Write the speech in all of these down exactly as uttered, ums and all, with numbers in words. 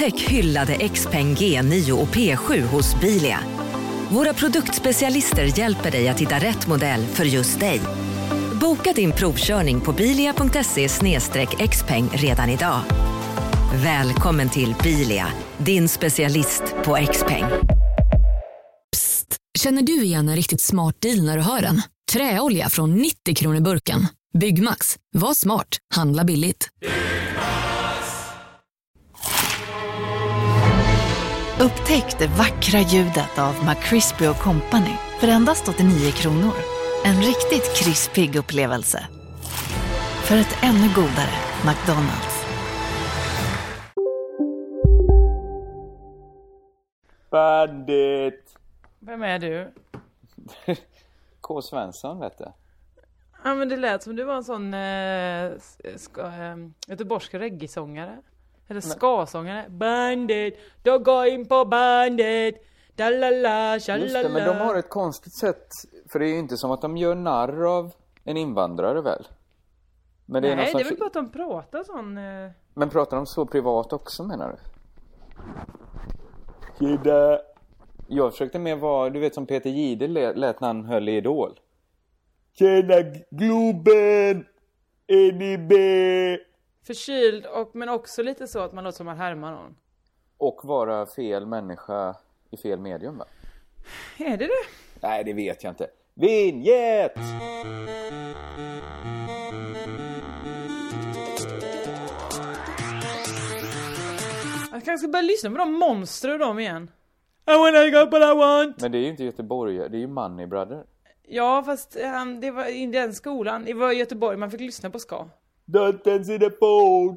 Upptäck hyllade Xpeng G nio och P sju hos Bilia. Våra produktspecialister hjälper dig att hitta rätt modell för just dig. Boka din provkörning på bilia punkt se slash xpeng redan idag. Välkommen till Bilia, din specialist på Xpeng. Psst, känner du igen en riktigt smart deal när du hör den? Träolja från nittio kronor burken. Byggmax, var smart, handla billigt. Upptäck det vackra ljudet av McCrispy och Company för endast åttionio kronor. En riktigt krispig upplevelse. För ett ännu godare McDonald's. Bandit! Vem är du? K. Svensson, vet du. Ja, men det lät som du var en sån eh, ska, eh, göteborgska reggae-sångare. Eller ska-sångare. Bandit, då går in på bandit. Dalala, shalala. Just det, men de har ett konstigt sätt. För det är ju inte som att de gör narr av en invandrare väl? Men det är Nej, någon det är som... väl bara att de pratar sån... Eh... Men pratar de så privat också, menar du? Kida. Jag försökte med vara, du vet som Peter Jihde lät när han höll i Idol. Tjena Globen, N I B. Förkyld, och, men också lite så att man låter som man härmar någon. Och vara fel människa i fel medium, va? Är det det? Nej, det vet jag inte. Vinjett! Jag kanske ska börja lyssna på de monster och dem igen. I wanna go but I want. Men det är ju inte Göteborg, det är ju Money Brother. Ja, fast um, det var i den skolan. Det var i Göteborg, man fick lyssna på ska. Don't dance in the phone.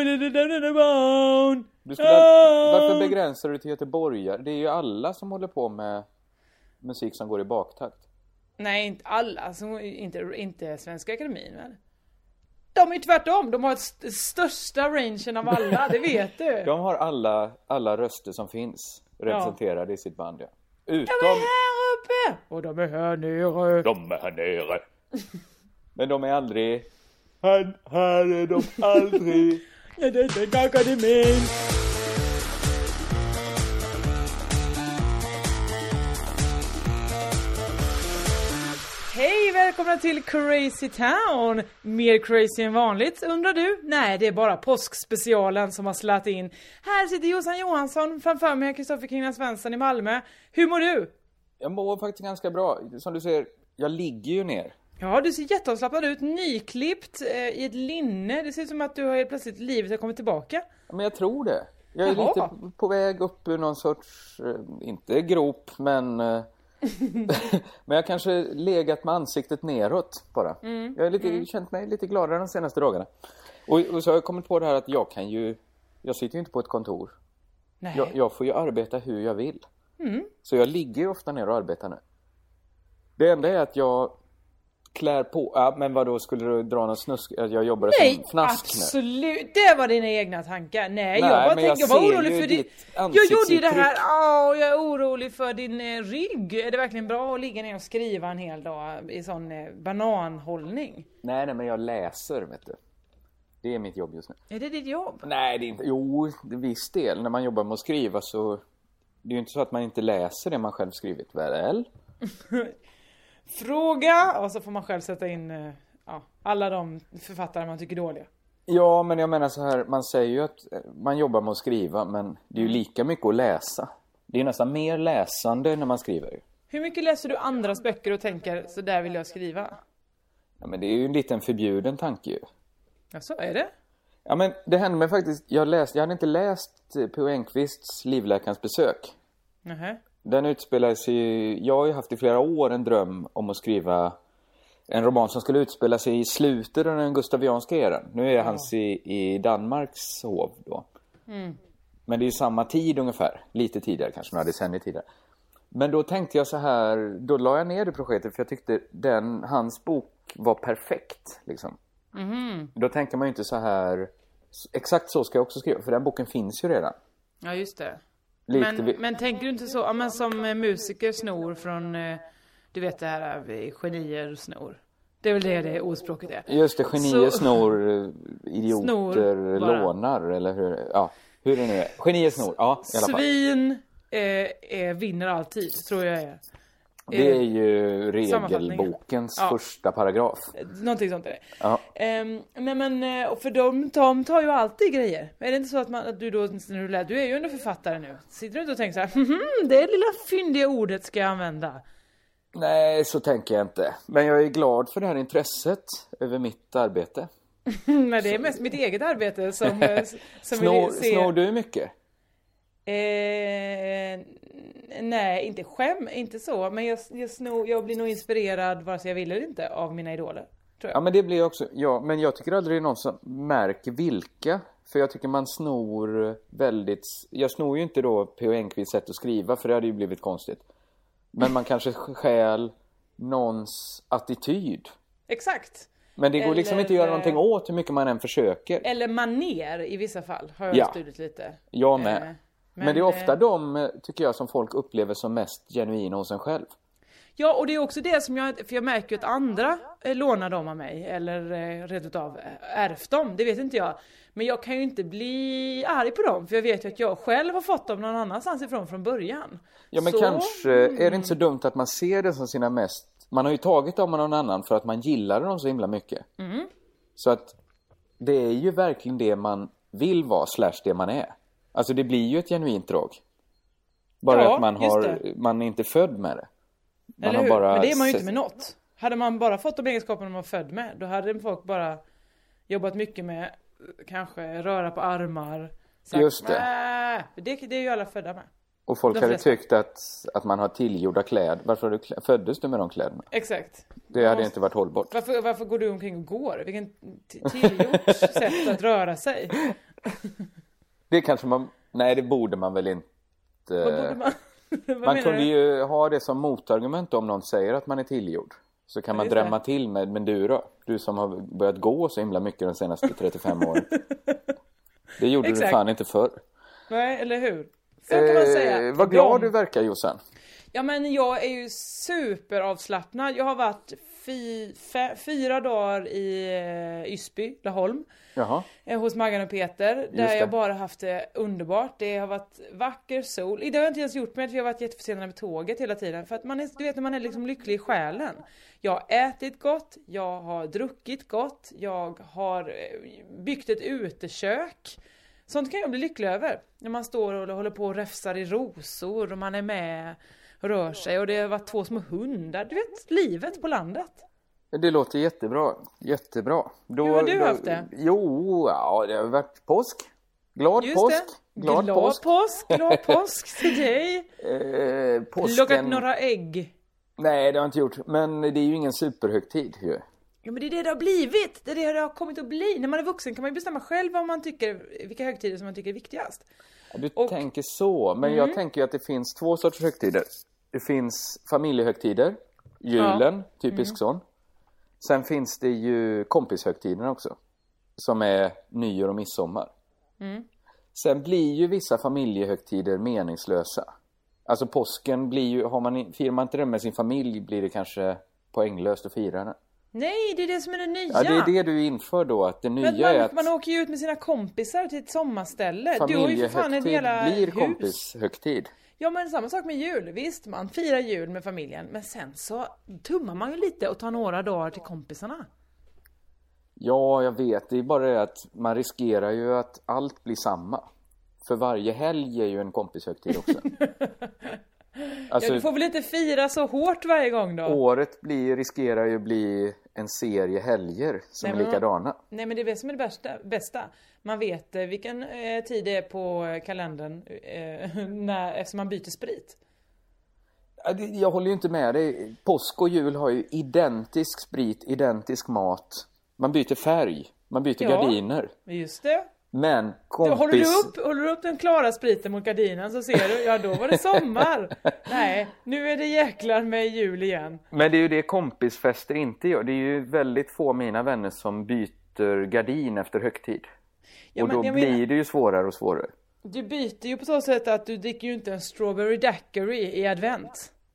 Du skulle, oh. Varför begränsar du till Göteborgare? Det är ju alla som håller på med musik som går i baktakt. Nej, inte alla. Alltså, inte, inte Svenska Akademin, väl? De är ju tvärtom. De har ett st- största rangen av alla, det vet du. De har alla, alla röster som finns representerade ja. i sitt band, ja. Utom... De är här uppe! Och de är här nere. De är här nere. Men de är aldrig... Han, här är de aldrig. Ja, det är Svenska Akademin. Hej, välkomna till Crazy Town. Mer crazy än vanligt, undrar du? Nej, det är bara påskspecialen som har slätt in. Här sitter Jossan Johansson, framför mig Kristoffer Kringland Svensson i Malmö. Hur mår du? Jag mår faktiskt ganska bra. Som du ser, jag ligger ju ner. Ja, du ser jätteavslappnad ut, nyklippt eh, i ett linne. Det ser ut som att du har helt plötsligt livet har kommit tillbaka. Ja, men jag tror det. Jag är Jaha. lite på väg upp ur någon sorts, eh, inte grop, men... Eh, men jag kanske legat med ansiktet neråt bara. Mm, jag har lite, mm. känt mig lite gladare de senaste dagarna. Och, och så har jag kommit på det här att jag kan ju... Jag sitter ju inte på ett kontor. Nej. Jag, jag får ju arbeta hur jag vill. Mm. Så jag ligger ju ofta ner och arbetar nu. Det enda är att jag klär på... Ja, men vad då skulle du dra någon snusk? Att jag jobbar Nej, som fnask absolut. Nu. Det var dina egna tankar. Nej, Nej jag bara men tänkte, jag, jag var orolig för din... Jag gjorde ju det här, åh, jag är orolig för din eh, rygg. Är det verkligen bra att ligga ner och skriva en hel dag i sån eh, bananhållning? Nej, nej, men jag läser, vet du. Det är mitt jobb just nu. Är det ditt jobb? Nej, det är inte... Jo, det är viss del. När man jobbar med att skriva så... Det är ju inte så att man inte läser det man själv skrivit, väl? Fråga! Och så får man själv sätta in eh, ja, alla de författare man tycker dåliga. Ja, men jag menar så här, man säger ju att man jobbar med att skriva, men det är ju lika mycket att läsa. Det är nästan mer läsande när man skriver. Hur mycket läser du andras böcker och tänker, så där vill jag skriva? Ja, men det är ju en liten förbjuden tanke ju. Ja, så är det. Ja, men det hände mig faktiskt, jag, läste, jag hade inte läst P O Enquists Livläkarens besök. Uh-huh. Den utspelar sig, jag har ju haft i flera år en dröm om att skriva en roman som skulle utspela sig i slutet av den gustavianska eran. Nu är ja. hans i, i Danmarks hov då. Mm. Men det är ju samma tid ungefär. Lite tidigare, kanske några decennier tidigare. Men då tänkte jag så här, då la jag ner det projektet för jag tyckte den, hans bok var perfekt. Liksom. Mm. Då tänker man ju inte så här, exakt så ska jag också skriva, för den boken finns ju redan. Ja, just det. Lite Men, vi... men tänker du inte så, ja, men som musiker snor från, du vet det här, genier snor. Det är väl det det ordspråket är. Just det, genier Så- snor, idioter Snor bara. lånar, eller hur? Ja, hur det nu är. Genier snor, ja, i alla fall. Svin eh, eh, vinner alltid, tror jag är. Det är ju Sammanfattningen. regelbokens Ja. första paragraf. Någonting sånt är det. Ja. Ehm, nej men, eh, och för de, de tar ju alltid grejer. Är det inte så att, man, att du då, när du lär, du är ju ändå författare nu. Sitter du inte och tänker så här, mhm, det lilla fyndiga ordet ska jag använda. Nej, så tänker jag inte. Men jag är glad för det här intresset över mitt arbete. Nej, det är mest mitt eget arbete som, eh, som Snor, vill se... snor du mycket? Eh, nej, inte skäm, inte så. Men jag, jag, snor, jag blir nog inspirerad, vare sig jag vill eller inte, av mina idoler. Tror jag. Ja, men det blir också, ja, men jag tycker aldrig det är någon som märker vilka. För jag tycker man snor väldigt, jag snor ju inte då P O. Enquists sätt att skriva, för det hade ju blivit konstigt. Men man kanske stjäl någons attityd. Exakt. Men det går liksom Eller- inte att göra någonting åt hur mycket man än försöker. Eller maner i vissa fall, har jag Ja. studerat lite. Jag med. Eh, men, men, det är ofta eh, de, tycker jag, som folk upplever som mest genuina hos en själv. Ja, och det är också det som jag, för jag märker ju att andra eh, lånar dem av mig, eller eh, rent utav eh, ärvt dem, det vet inte jag. Men jag kan ju inte bli arg på dem, för jag vet ju att jag själv har fått dem någon annanstans ifrån från början. Ja, men Så- kanske är det inte så dumt att man ser det som sina mest... Man har ju tagit dem av någon annan för att man gillar dem så himla mycket. Mm. Så att det är ju verkligen det man vill vara slash det man är. Alltså det blir ju ett genuint drag. Bara Ja, att man, just har, det. man är inte född med det. Man Eller har hur? bara Men det är man ju sett- inte med något. Hade man bara fått de egenskaperna man var född med, då hade folk bara jobbat mycket med eh, kanske röra på armar. Sagt, Just det. "Äh", det. Det är ju alla födda med. Och folk de hade flesta. tyckt att, att man har tillgjorda kläder. Varför har du klä- föddes du med de kläderna? Exakt. Det hade inte varit hållbart. Varför, varför går du omkring och går? Vilken t- tillgjort sätt att röra sig. Det kanske man... Nej, det borde man väl inte... Vad borde man... Vad Man menar kunde du? ju ha det som motargument om någon säger att man är tillgjord. Så kan Ja, man just drämma det. till med, men du då? Du som har börjat gå så himla mycket de senaste trettiofem åren. Det gjorde Exakt. du fan inte förr. Nej, eller hur? Så kan man säga. Eh, vad glad De- du verkar, Jossan. Ja, men jag är ju superavslappnad. Jag har varit fy, fe, fyra dagar i eh, Ysby, Laholm. Jaha. eh, Hos Maggan och Peter. Där det. jag bara haft det underbart. Det har varit vacker sol. Det har jag inte ens gjort med, för jag har varit jätteförsenad med tåget hela tiden. För att man är, du vet när man är liksom lycklig i själen. Jag har ätit gott, jag har druckit gott, jag har eh, byggt ett utekök. Sånt kan jag bli lycklig över. När man står och håller på och räfsar i rosor och man är med och rör sig. Och det har varit två små hundar. Du vet, livet på landet. Det låter jättebra. Jättebra. Då, Hur har du då, haft det? Jo, ja, det har varit påsk. Glad Just påsk. det. Glad, glad påsk. påsk. Glad påsk till dig. Eh, påsken... Plockat några ägg. Nej, det har jag inte gjort. Men det är ju ingen superhögtid ju. Ja, men det är det det har blivit. Det är det det har kommit att bli. När man är vuxen kan man ju bestämma själv vad man tycker, vilka högtider som man tycker är viktigast. Du Och- tänker så, men Mm. jag tänker att det finns två sorters högtider. Det finns familjehögtider, julen, typisk Mm. sån. Sen finns det ju kompishögtiderna också, som är nyår och midsommar. Mm. Sen blir ju vissa familjehögtider meningslösa. Alltså påsken blir ju, har man, firar man inte det med sin familj blir det kanske poänglöst att fira den. Nej, det är det som är det nya. Ja, det är det du inför då, att det nya Men man, är att man åker ju ut med sina kompisar till ett sommarställe. Du har ju för fan ett familjehögtid hela blir hus. kompishögtid. Ja, men samma sak med jul. Visst, man firar jul med familjen. Men sen så tummar man ju lite och tar några dagar till kompisarna. Ja, jag vet. Det är bara det att man riskerar ju att allt blir samma. För varje helg är ju en kompishögtid också. Alltså, Ja, du får väl inte fira så hårt varje gång då? året blir, riskerar ju bli en serie helger som Nej, är men- likadana. Nej, men det är det som är det bästa. bästa. Man vet eh, vilken eh, tid det är på eh, kalendern eh, när, eftersom man byter sprit. Ja, det- Jag håller ju inte med dig. Påsk och jul har ju identisk sprit, identisk mat. Man byter färg, man byter Ja. gardiner. Just det. Men Du, kompis... håller, du upp, håller du upp den klara spriten mot gardinen så ser du, ja då var det sommar. Nej, nu är det jäklar med jul igen. Men det är ju det kompisfester inte gör. Det är ju väldigt få av mina vänner som byter gardin efter högtid. Ja, och men då jag blir menar- det ju svårare och svårare. Du byter ju på så sätt att du dricker ju inte en strawberry daiquiri i advent.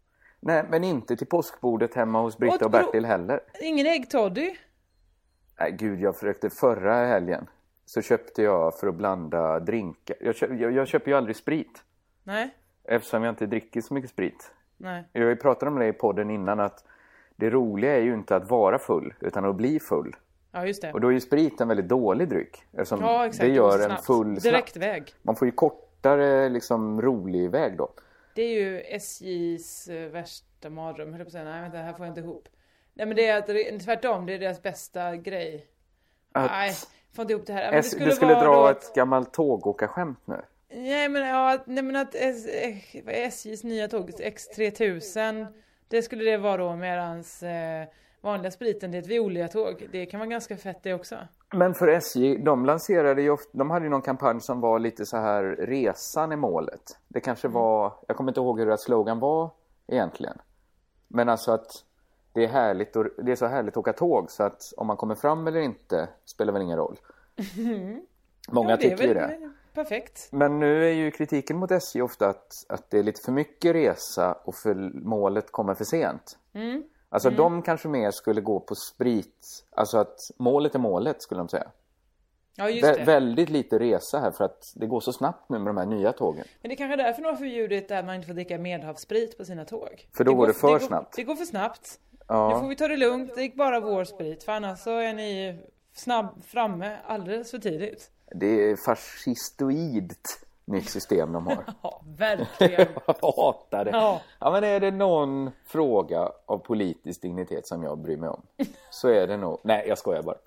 Nej, men inte till påskbordet hemma hos Britta och, och Bertil heller. Ingen äggtoddy? Nej, gud, jag försökte förra helgen. Så köpte jag för att blanda drinkar. Jag, köp, jag, jag köper ju aldrig sprit. Nej. Eftersom jag inte dricker så mycket sprit. Nej. Jag har ju pratat om det i podden innan att det roliga är ju inte att vara full utan att bli full. Ja, just det. Och då är ju sprit en väldigt dålig dryck. Eftersom ja, exakt. det gör en full direktväg. Man får ju kortare liksom rolig väg då. Det är ju S J:s värsta mardröm. Jag höll på att säga, nej vänta, det här får jag inte ihop. Nej, men det är att, tvärtom, det är deras bästa grej. Att nej, får inte ihop det här. Men S- det skulle, det skulle dra ett att... gammalt tågåkarskämt nu. Nej, men, ja, nej, men att S- S J:s nya tåg X tre tusen, det skulle det vara då, medans eh, vanliga spriten, det är ett Veolia-tåg. Det kan vara ganska fett det också. Men för S J, de lanserade ju ofta, de hade ju någon kampanj som var lite så här, resan i målet. Det kanske mm. var, jag kommer inte ihåg hur deras slogan var egentligen. Men alltså att det är härligt och det är så härligt att åka tåg så att om man kommer fram eller inte spelar väl ingen roll. Mm. Många ja, tycker ju det. Perfekt. Men nu är ju kritiken mot S J ofta att, att det är lite för mycket resa och för målet kommer för sent. Mm. Alltså mm. de kanske mer skulle gå på sprit. Alltså att målet är målet skulle de säga. Ja, just det. Vä- väldigt lite resa här för att det går så snabbt nu med de här nya tågen. Men det är kanske därför de har förbjudit att man inte får dricka medhavssprit på sina tåg. För då det går det för det går, snabbt. Det går för snabbt. Ja. Nu får vi ta det lugnt. Det gick bara vår sprit. För annars så är ni snabb framme alldeles för tidigt. Det är fascistoidt nytt system de har. Ja, verkligen. Jag hatar det. Ja. Ja, men är det någon fråga av politisk dignitet som jag bryr mig om så är det nog... Nej, jag skojar bara.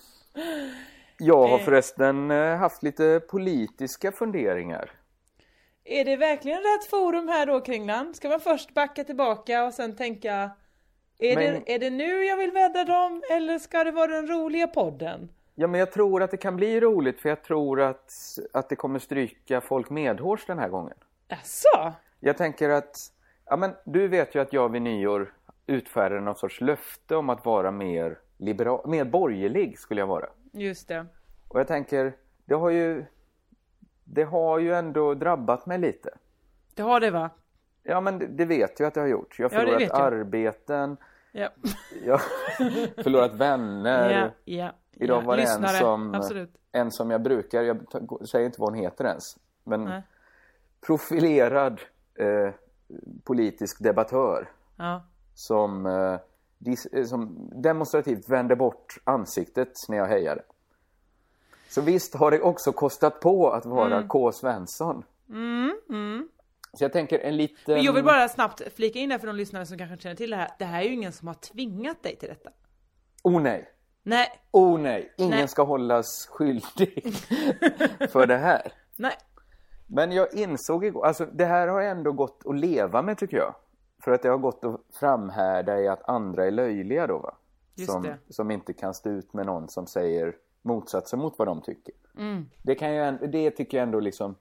Jag har förresten haft lite politiska funderingar. Är det verkligen rätt forum här då, Kringland? Ska man först backa tillbaka och sen tänka... Är, men... det, är det nu jag vill vädra dem eller ska det vara den roliga podden? Ja, men jag tror att det kan bli roligt för jag tror att, att det kommer stryka folk medhårs den här gången. Asså? Jag tänker att, ja men du vet ju att jag vid nyår utfärdade någon sorts löfte om att vara mer liberal, mer borgerlig skulle jag vara. Just det. Och jag tänker, det har ju, det har ju ändå drabbat mig lite. Det har det va? Ja men det, det vet jag att det har gjort. Jag har förlorat ja, arbeten. Ja. Jag har förlorat vänner. Ja, ja. Idag ja, var det lyssnare. en som, Absolut. en som jag brukar, jag säger inte vad hon heter ens, men Nej. profilerad eh, politisk debattör ja. som, eh, dis, som demonstrativt vände bort ansiktet när jag hejade. Så visst har det också kostat på att vara mm. K. Svensson. Mm, mm. Så jag tänker en liten... Men jag vill bara snabbt flika in där för de lyssnare som kanske känner till det här. Det här är ju ingen som har tvingat dig till detta. Oh nej. Nej. Oh nej, ingen nej. ska hållas skyldig för det här. Nej. Men jag insåg igår, alltså det här har ändå gått att leva med tycker jag. För att det har gått att framhärda i att andra är löjliga då va? Just som, det. som inte kan stå ut med någon som säger motsatsen mot vad de tycker. Mm. Det, kan ju, det tycker jag ändå liksom,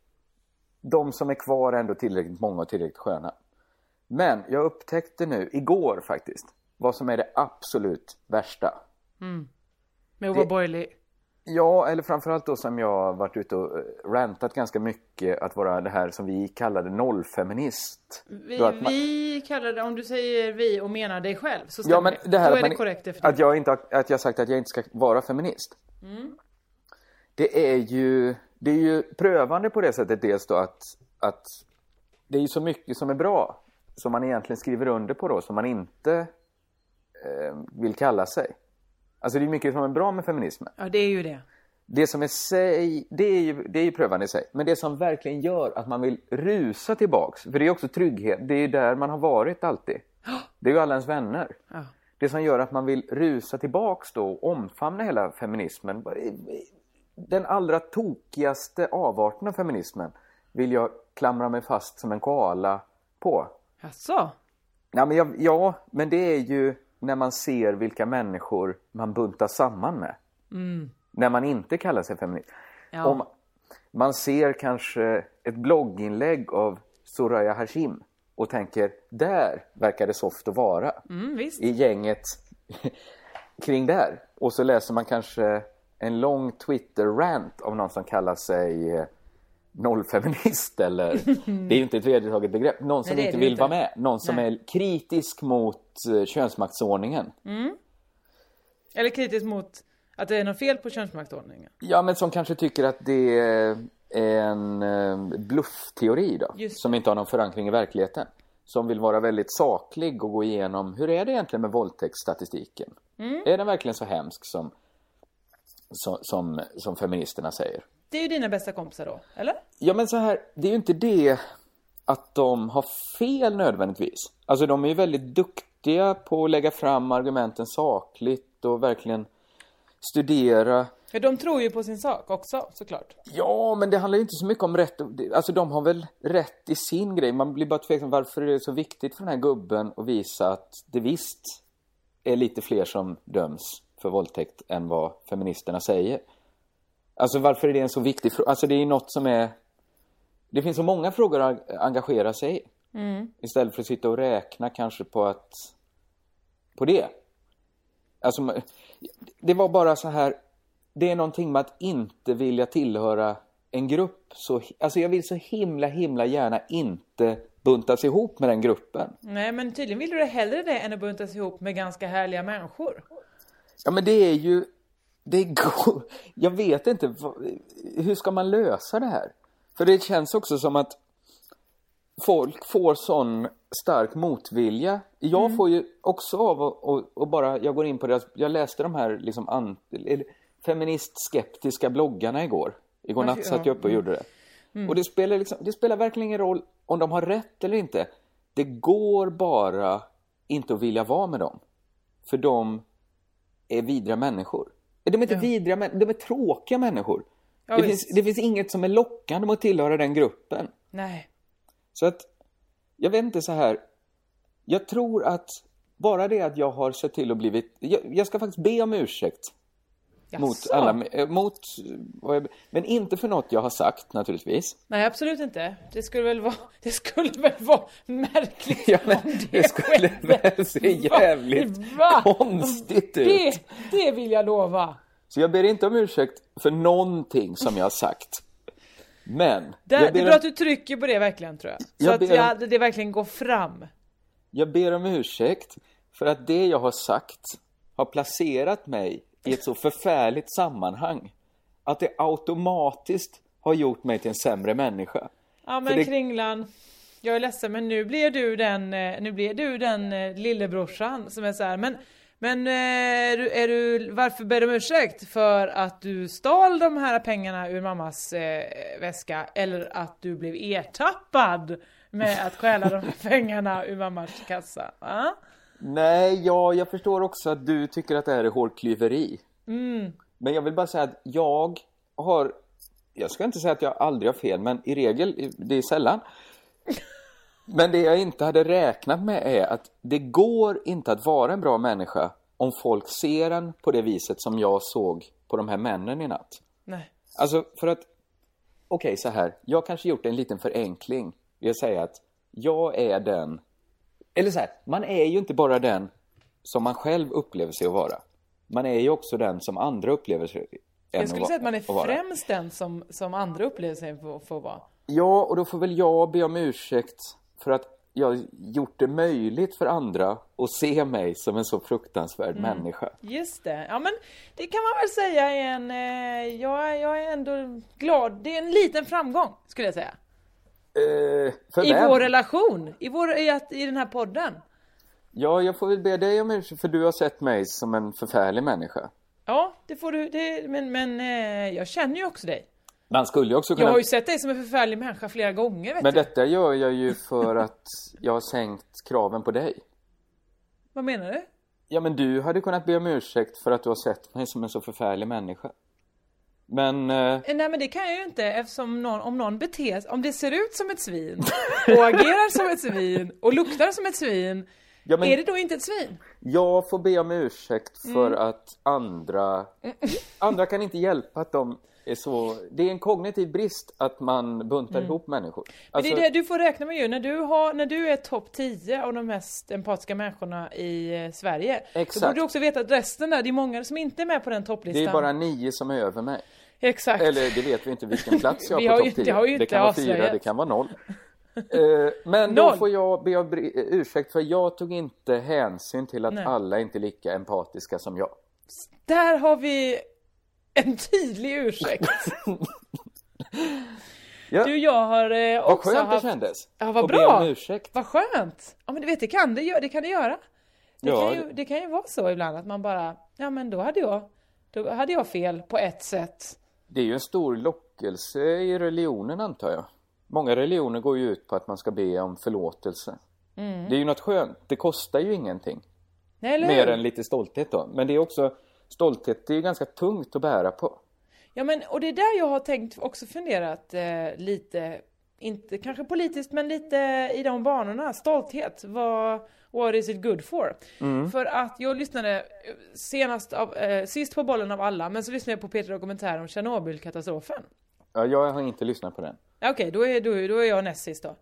de som är kvar är ändå tillräckligt många och tillräckligt sköna. Men jag upptäckte nu, igår faktiskt, vad som är det absolut värsta. Mm. Med att vara borgerlig. Ja, eller framförallt då som jag har varit ute och rantat ganska mycket att vara det här som vi kallade nollfeminist. Vi, man... vi kallar det, om du säger vi och menar dig själv så stämmer ja, men det här då att är man, det korrekt efter att jag inte att jag sagt att jag inte ska vara feminist. Mm. Det är ju det är ju prövande på det sättet dels då att att det är ju så mycket som är bra som man egentligen skriver under på då som man inte eh, vill kalla sig. Alltså det är mycket som är bra med feminismen. Ja, det är ju det. Det som är sig, det är ju, det är ju prövande i sig. Men det som verkligen gör att man vill rusa tillbaks. För det är också trygghet. Det är ju där man har varit alltid. Det är ju alla ens vänner. Ja. Det som gör att man vill rusa tillbaks då och omfamna hela feminismen. Den allra tokigaste avarten av feminismen vill jag klamra mig fast som en koala på. Jaså? Ja, men, jag, ja, men det är ju när man ser vilka människor man buntar samman med. Mm. När man inte kallar sig feminist. Ja. Om man ser kanske ett blogginlägg av Soraya Hashim och tänker, där verkar det soft att vara. Mm, visst. I gänget kring där. Och så läser man kanske en lång Twitter-rant av någon som kallar sig nollfeminist eller det är ju inte ett vedertaget begrepp. Någon som Nej, inte vill inte. vara med. Någon som Nej. är kritisk mot uh, könsmaktsordningen. Mm. Eller kritisk mot att det är något fel på könsmaktsordningen. Ja, men som kanske tycker att det är en uh, bluffteori då. Just. Som inte har någon förankring i verkligheten. Som vill vara väldigt saklig och gå igenom hur är det egentligen med våldtäktsstatistiken. Mm. Är den verkligen så hemsk som, som, som, som feministerna säger? Det är ju dina bästa kompisar då, eller? Ja, men så här, det är ju inte det att de har fel nödvändigtvis. Alltså de är ju väldigt duktiga på att lägga fram argumenten sakligt och verkligen studera. För de tror ju på sin sak också, såklart. Ja, men det handlar ju inte så mycket om rätt. Alltså de har väl rätt i sin grej. Man blir bara tveksam varför är det så viktigt för den här gubben att visa att det visst är lite fler som döms för våldtäkt än vad feministerna säger. Alltså varför är det en så viktig fråga? Alltså det är något som är... Det finns så många frågor att engagera sig i. Mm. Istället för att sitta och räkna kanske på att... På det. Alltså det var bara så här... Det är någonting med att inte vilja tillhöra en grupp. Så, alltså jag vill så himla himla gärna inte buntas ihop med den gruppen. Nej, men tydligen vill du det hellre det än att buntas ihop med ganska härliga människor. Ja, men det är ju... Det går... Jag vet inte, hur ska man lösa det här? För det känns också som att folk får sån stark motvilja. Jag mm. får ju också av och, och, och bara, jag går in på deras, jag läste de här liksom an, feministskeptiska bloggarna igår. Igår natt satt jag upp och gjorde det. Mm. Och det spelar, liksom, det spelar verkligen ingen roll om de har rätt eller inte. Det går bara inte att vilja vara med dem. För de är vidriga människor. De är inte ja. vidriga, men de är tråkiga människor. Ja, det, finns, det finns inget som är lockande med att tillhöra den gruppen. Nej. Så att, jag vet inte så här. Jag tror att bara det att jag har sett till och blivit... Jag, jag ska faktiskt be om ursäkt. Jaså. Mot alla... Mot, men inte för något jag har sagt, naturligtvis. Nej, absolut inte. Det skulle väl vara, det skulle väl vara märkligt ja, men, om det, det skulle skedde. väl se jävligt Va? konstigt ut. Det, det vill jag lova. Så jag ber inte om ursäkt för någonting som jag har sagt. Men... Det, jag ber det är bra om... att du trycker på det verkligen, tror jag. Så jag att ber om... jag, det verkligen går fram. Jag ber om ursäkt för att det jag har sagt har placerat mig i ett så förfärligt sammanhang att det automatiskt har gjort mig till en sämre människa. Ja, men det... Kringlan, jag är ledsen, men nu blir du den, nu blir du den lillebrorsan som är så här, men Men är du, är du, varför ber du om ursäkt? För att du stal de här pengarna ur mammas eh, väska? Eller att du blev ertappad med att stjäla de här pengarna ur mammas kassa? Ah? Nej, ja, jag förstår också att du tycker att det här är hårklyveri. Mm. Men jag vill bara säga att jag har... Jag ska inte säga att jag aldrig har fel, men i regel, det är sällan... Men det jag inte hade räknat med är att det går inte att vara en bra människa om folk ser en på det viset som jag såg på de här männen i natt. Nej. Alltså för att, okej okay, så här, jag kanske gjort en liten förenkling. Jag säger att jag är den, eller så här, man är ju inte bara den som man själv upplever sig att vara. Man är ju också den som andra upplever sig Jag skulle säga att man är att främst den som, som andra upplever sig för att vara. Ja, och då får väl jag be om ursäkt för att jag gjort det möjligt för andra att se mig som en så fruktansvärd mm. människa. Just det. Ja, men det kan man väl säga är en... Eh, jag, jag är ändå glad. Det är en liten framgång, skulle jag säga. Eh, för I vem? vår relation. I, vår, i, att, I den här podden. Ja, jag får väl be dig om ursäkt för du har sett mig som en förfärlig människa. Ja, det får du. Det, men men eh, jag känner ju också dig. Man skulle ju också kunna... Jag har ju sett dig som en förfärlig människa flera gånger, vet Men du. detta gör jag ju för att jag har sänkt kraven på dig. Vad menar du? Ja, men du hade kunnat be om ursäkt för att du har sett mig som en så förfärlig människa. Men... Eh... Nej, men det kan jag ju inte, eftersom någon, om någon beter om det ser ut som ett svin och agerar som ett svin och luktar som ett svin, ja, men... är det då inte ett svin? Jag får be om ursäkt för Mm. att andra... Andra kan inte hjälpa att de... Är så, det är en kognitiv brist att man buntar Mm. ihop människor. Men Alltså, det är det du får räkna med ju. När du, har, när du är topp tio av de mest empatiska människorna i eh, Sverige. Exakt. Då borde du också veta att resten där, det är många som inte är med på den topplistan. det är bara nio som är över mig. Exakt. Eller det vet vi inte vilken plats jag Vi har har på ju- topp tio. det har ju Det inte kan vara avslöjat. fyra, det kan vara noll. Eh, Men då Noll. får jag be om ursäkt för jag tog inte hänsyn till att Nej. alla är inte lika empatiska som jag. Där har vi en tydlig ursäkt. Ja. Du, jag har eh, Vad också skönt haft... det kändes. Ja, vad Och bra. be om ursäkt. Vad skönt. Ja, men du vet, det kan det, gö- det, kan det göra. Det, Ja. kan ju, det kan ju vara så ibland att man bara, ja men då hade jag, då hade jag fel på ett sätt. Det är ju en stor lockelse i religionen antar jag. Många religioner går ju ut på att man ska be om förlåtelse. Mm. Det är ju något skönt. Det kostar ju ingenting. Nej, eller Mer hur? än lite stolthet då. Men det är också, stolthet det är ju ganska tungt att bära på. Ja, men och det är där jag har tänkt också funderat eh, lite, inte kanske politiskt, men lite i de banorna. Stolthet, vad, what is it good for? Mm. För att jag lyssnade senast av, eh, sist på bollen av alla, men så lyssnade jag på Peter dokumentär om Tjernobylkatastrofen. Ja, jag har inte lyssnat på den. Okej, okay, då, är, då, då är jag näst sist då.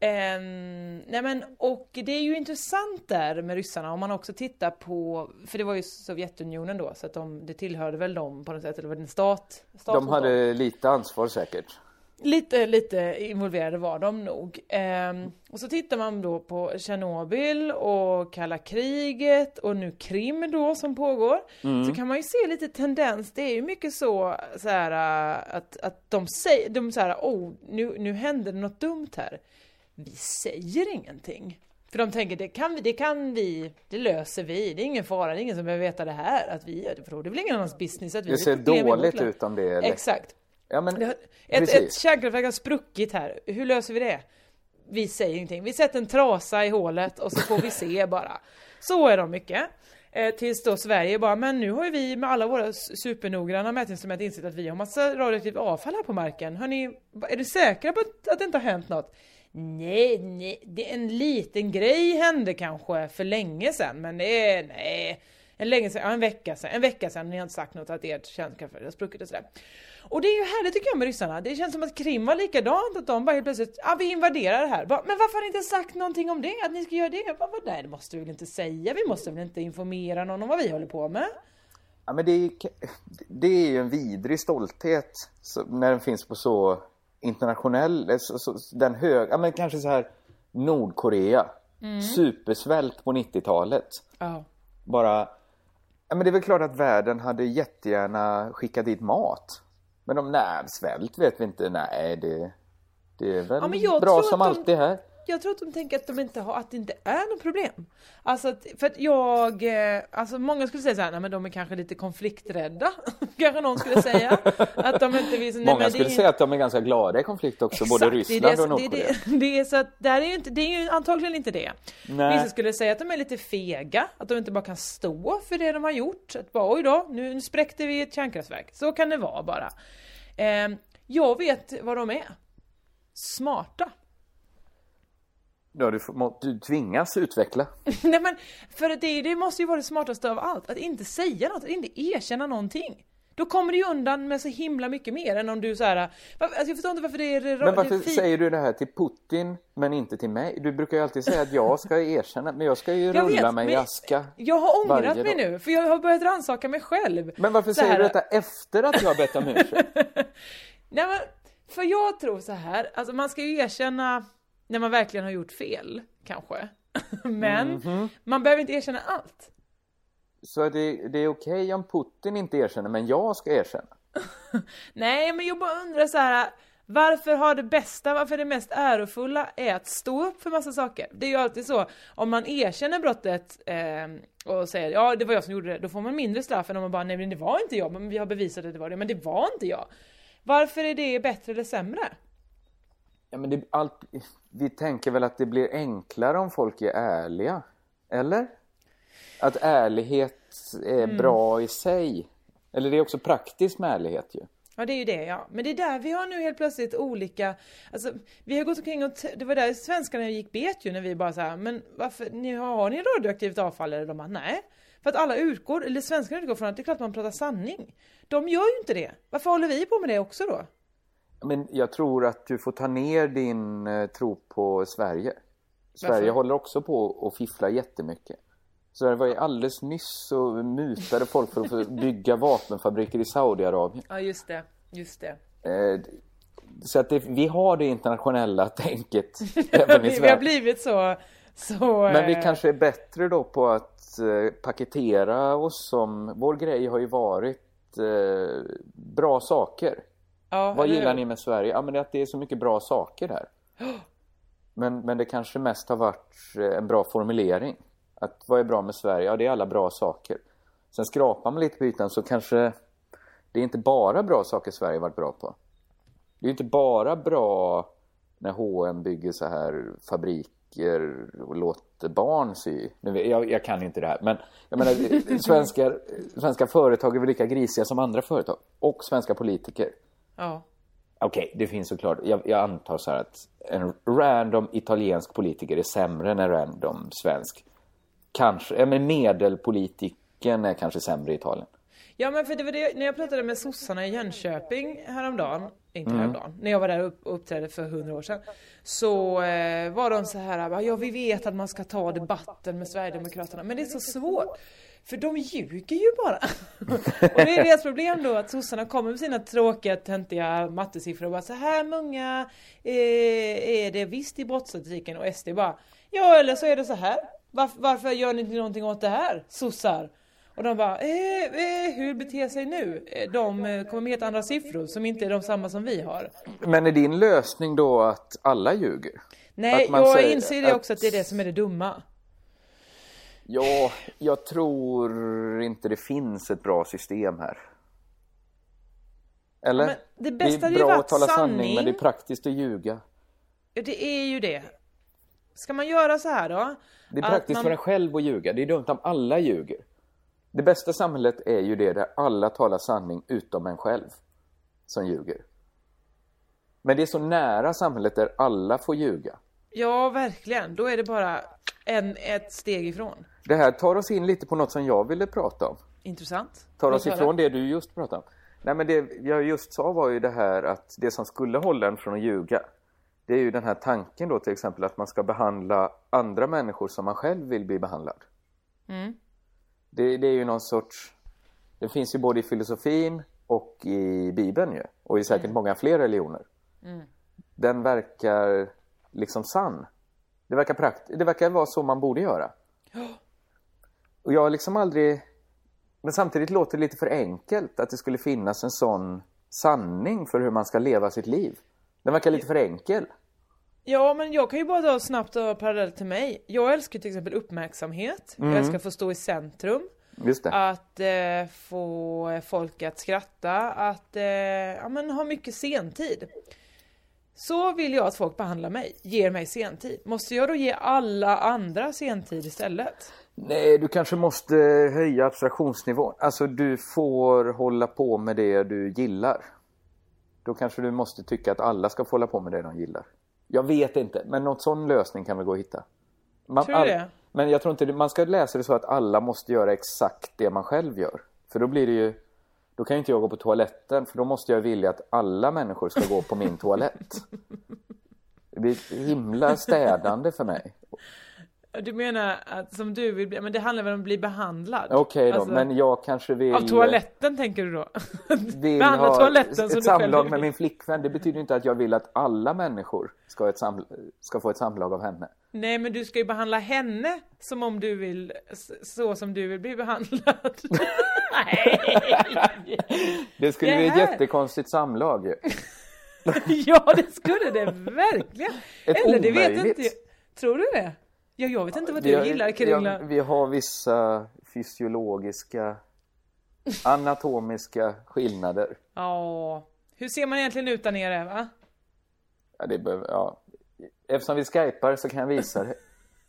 Ehm, nej men, och det är ju intressant där med ryssarna om man också tittar på, för det var ju Sovjetunionen då, så att de, det tillhörde väl dem på något sätt, eller var det en stat? stat De hade lite ansvar säkert. Lite, lite involverade var de nog. Ehm, och så tittar man då på Tjernobyl och kalla kriget och nu Krim då som pågår. Mm. Så kan man ju se lite tendens. Det är ju mycket så, så här, att, att de säger, de så här, oh, nu, nu händer det något dumt här. Vi säger ingenting. För de tänker, det kan vi, det kan vi, det löser vi. Det är ingen fara, det är ingen som behöver veta det här. Att vi gör det, för det är väl ingen annans business att vi Det ser har problem i vårt dåligt land. ut om det är lätt. Exakt. Ja, men, Det har- Ett, precis. ett kärnkraftverk har spruckit här. Hur löser vi det? Vi säger ingenting. Vi sätter en trasa i hålet och så får vi se bara. Så är de mycket. Eh, tills då Sverige bara, men nu har ju vi med alla våra supernoggranna mätinstrument insett att vi har massa radioaktivt avfall här på marken. Hörrni, är du säkra på att, att det inte har hänt något? Nej, nej, det är en liten grej hände kanske för länge sedan, men det är, nej, en länge sedan, ja, en vecka sedan, en vecka sedan, ni har inte sagt något att ert kärnkraftverk har spruckit och sådär. Och det är ju härligt tycker jag med ryssarna. Det känns som att Krim var likadant, att de bara helt plötsligt, ja vi invaderar det här. Bara, men varför har ni inte sagt någonting om det? Att ni ska göra det? Bara, nej, det måste vi väl inte säga. Vi måste väl inte informera någon om vad vi håller på med. Ja, men det är, det är ju en vidrig stolthet så, när den finns på så internationell, så, så, den hög, ja men kanske så här Nordkorea, mm. supersvält på nittiotalet. Ja. Bara, ja men det är väl klart att världen hade jättegärna skickat dit mat. Men om nej, svält vet vi inte, nej det, det är väl Ja, men jag bra tror som att de- alltid här. Jag tror att de tänker att de inte har, att det inte är något problem. Alltså att, för att jag, eh, alltså många skulle säga så här, nej men de är kanske lite konflikträdda. Kanske någon skulle säga. Att de inte vill, nej, Många men skulle det är- säga att de är ganska glada i konflikt också, både Exakt, Ryssland det är det, och Nordkorea. Det är, det, det är så att där är ju inte, det är ju antagligen inte det. Nej. Vissa skulle säga att de är lite fega, att de inte bara kan stå för det de har gjort. Att bara, oj då, nu spräckte vi ett kärnkraftverk. Så kan det vara bara. Eh, jag vet vad de är. Smarta. Ja, du, får, må- du tvingas utveckla. Nej men, för att det, det måste ju vara det smartaste av allt. Att inte säga något, att inte erkänna någonting. Då kommer du ju undan med så himla mycket mer än om du så här. Alltså jag förstår inte varför det är det, Men varför det är fi- säger du det här till Putin men inte till mig? Du brukar ju alltid säga att jag ska erkänna, men jag ska ju Jag rulla vet, mig i men aska. Jag har ångrat varje mig dag. nu, för jag har börjat rannsaka mig själv. Men varför Så säger här- du detta efter att jag har bett om ursäkt? Nej men, för jag tror så här, alltså man ska ju erkänna när man verkligen har gjort fel, kanske. Men Mhm. man behöver inte erkänna allt. Så det, det är okej om Putin inte erkänner, men jag ska erkänna. Nej, men jag bara undrar så här, varför har det bästa, varför det mest ärofulla är att stå upp för massa saker? Det är ju alltid så, om man erkänner brottet eh, och säger, ja det var jag som gjorde det, då får man mindre straff än om man bara, nej men det var inte jag, men vi har bevisat att det var det, men det var inte jag. Varför är det bättre eller sämre? Ja, men det, allt, vi tänker väl att det blir enklare om folk är ärliga, eller? Att ärlighet är Mm. bra i sig. Eller det är också praktiskt med ärlighet ju. Ja, det är ju det, ja. Men det är där vi har nu helt plötsligt olika, alltså vi har gått omkring och, t- det var där svenskarna gick bet ju när vi bara så här, men varför, ni har, har ni radioaktivt avfall? Eller de bara, nej. För att alla utgår, eller svenskarna utgår från att det är klart man pratar sanning. De gör ju inte det. Varför håller vi på med det också då? Men jag tror att du får ta ner din eh, tro på Sverige. Sverige Varför? håller också på att fiffla jättemycket. Så det var ju alldeles nyss så mutade folk för att få bygga vapenfabriker i Saudiarabien. Ja, just det. Just det. Eh, så att det, vi har det internationella tänket även i Sverige. Vi har blivit så... så Men vi eh... kanske kanske är bättre då på att eh, paketera oss som... Vår grej har ju varit eh, bra saker. Ja, Vad eller... gillar ni med Sverige? Ja, men det är att det är så mycket bra saker där. Men, men det kanske mest har varit en bra formulering. Att vad är bra med Sverige? Ja, det är alla bra saker. Sen skrapar man lite på ytan så kanske det är inte bara bra saker Sverige varit bra på. Det är inte bara bra när H och M bygger så här fabriker och låter barn sy. Jag, jag kan inte det här. Men jag menar, svenska, svenska företag är väl lika grisiga som andra företag. Och svenska politiker. Ja. Okej, okay, det finns såklart. Jag, jag antar så här att en random italiensk politiker är sämre än en random svensk. Kanske, ja, men medelpolitiken är kanske sämre i Italien. Ja, men för det var det, när jag pratade med sossarna i Jönköping häromdagen, inte Mm. häromdagen, när jag var där och upp, uppträdde för hundra år sedan, så eh, var de så här, ja vi vet att man ska ta debatten med Sverigedemokraterna, men det är så svårt. För de ljuger ju bara. Och det är deras problem då att sossarna kommer med sina tråkiga, töntiga mattesiffror och bara så här många eh, är det visst i brottsstatistiken, och S D bara, ja eller så är det så här. Varför, varför gör ni inte någonting åt det här, sossar? Och de bara, eh, eh, hur beter sig nu? De eh, kommer med helt andra siffror som inte är de samma som vi har. Men är din lösning då att alla ljuger? Nej, Att man jag säger inser det att... också att det är det som är det dumma. Ja, jag tror inte det finns ett bra system här. Eller? Ja, men det bästa det är hade ju bra varit att tala sanning, sanning. men det är praktiskt att ljuga. Ja, det är ju det. Ska man göra så här då? Det är praktiskt man... för en själv att ljuga. Det är dumt om alla ljuger. Det bästa samhället är ju det där alla talar sanning utom en själv som ljuger. Men det är så nära samhället där alla får ljuga. Ja, verkligen. Då är det bara en, ett steg ifrån. Det här tar oss in lite på något som jag ville prata om. Intressant. Tar oss Låt ifrån höra. det du just pratade om. Nej, men det jag just sa var ju det här att det som skulle hålla en från att ljuga, det är ju den här tanken då till exempel att man ska behandla andra människor som man själv vill bli behandlad. Mm. Det, det är ju någon sorts... Det finns ju både i filosofin och i Bibeln ju. Och i säkert mm. många fler religioner. Mm. Den verkar liksom sann. Det verkar prakt... Det verkar vara så man borde göra. Oh. Och jag har liksom aldrig... Men samtidigt låter det lite för enkelt att det skulle finnas en sån sanning för hur man ska leva sitt liv. Den verkar lite för enkel. Ja, men jag kan ju bara ta snabbt och parallellt till mig. Jag älskar till exempel uppmärksamhet. Mm. Jag älskar att få stå i centrum. Just det. Att eh, få folk att skratta. Att eh, ja, men ha mycket sentid. Så vill jag att folk behandlar mig. Ger mig sentid. Måste jag då ge alla andra sentid istället? Nej, du kanske måste höja abstraktionsnivån. Alltså du får hålla på med det du gillar. Då kanske du måste tycka att alla ska få hålla på med det de gillar. Jag vet inte, men någon sån lösning kan vi gå att hitta. Man, Tror du det? Men jag tror inte man ska läsa det så att alla måste göra exakt det man själv gör. För då blir det ju... Då kan ju inte jag gå på toaletten, för då måste jag vilja att alla människor ska gå på min toalett. Det blir himla städande för mig. Du menar att som du vill bli... Men det handlar väl om att bli behandlad? Okej okay då, alltså, men jag kanske vill... Av toaletten tänker du då? Vill Behandla ha toaletten som ett du samlag själv med vill. min flickvän. Det betyder inte att jag vill att alla människor ska, ett saml... ska få ett samlag av henne. Nej, men du ska ju behandla henne som om du vill... Så som du vill bli behandlad. Nej! Det skulle Det bli ett här- jättekonstigt samlag ju. Ja, det skulle det verkligen. Ett Eller det vet omöjligt. inte. Tror du det? Ja, jag vet inte vad Vi du har- gillar, vi Kringla. har, vi har vissa fysiologiska, anatomiska skillnader. Ja. Hur ser man egentligen ut där nere, va? Ja, det behöver, ja. Eftersom vi skypar så kan jag visa det.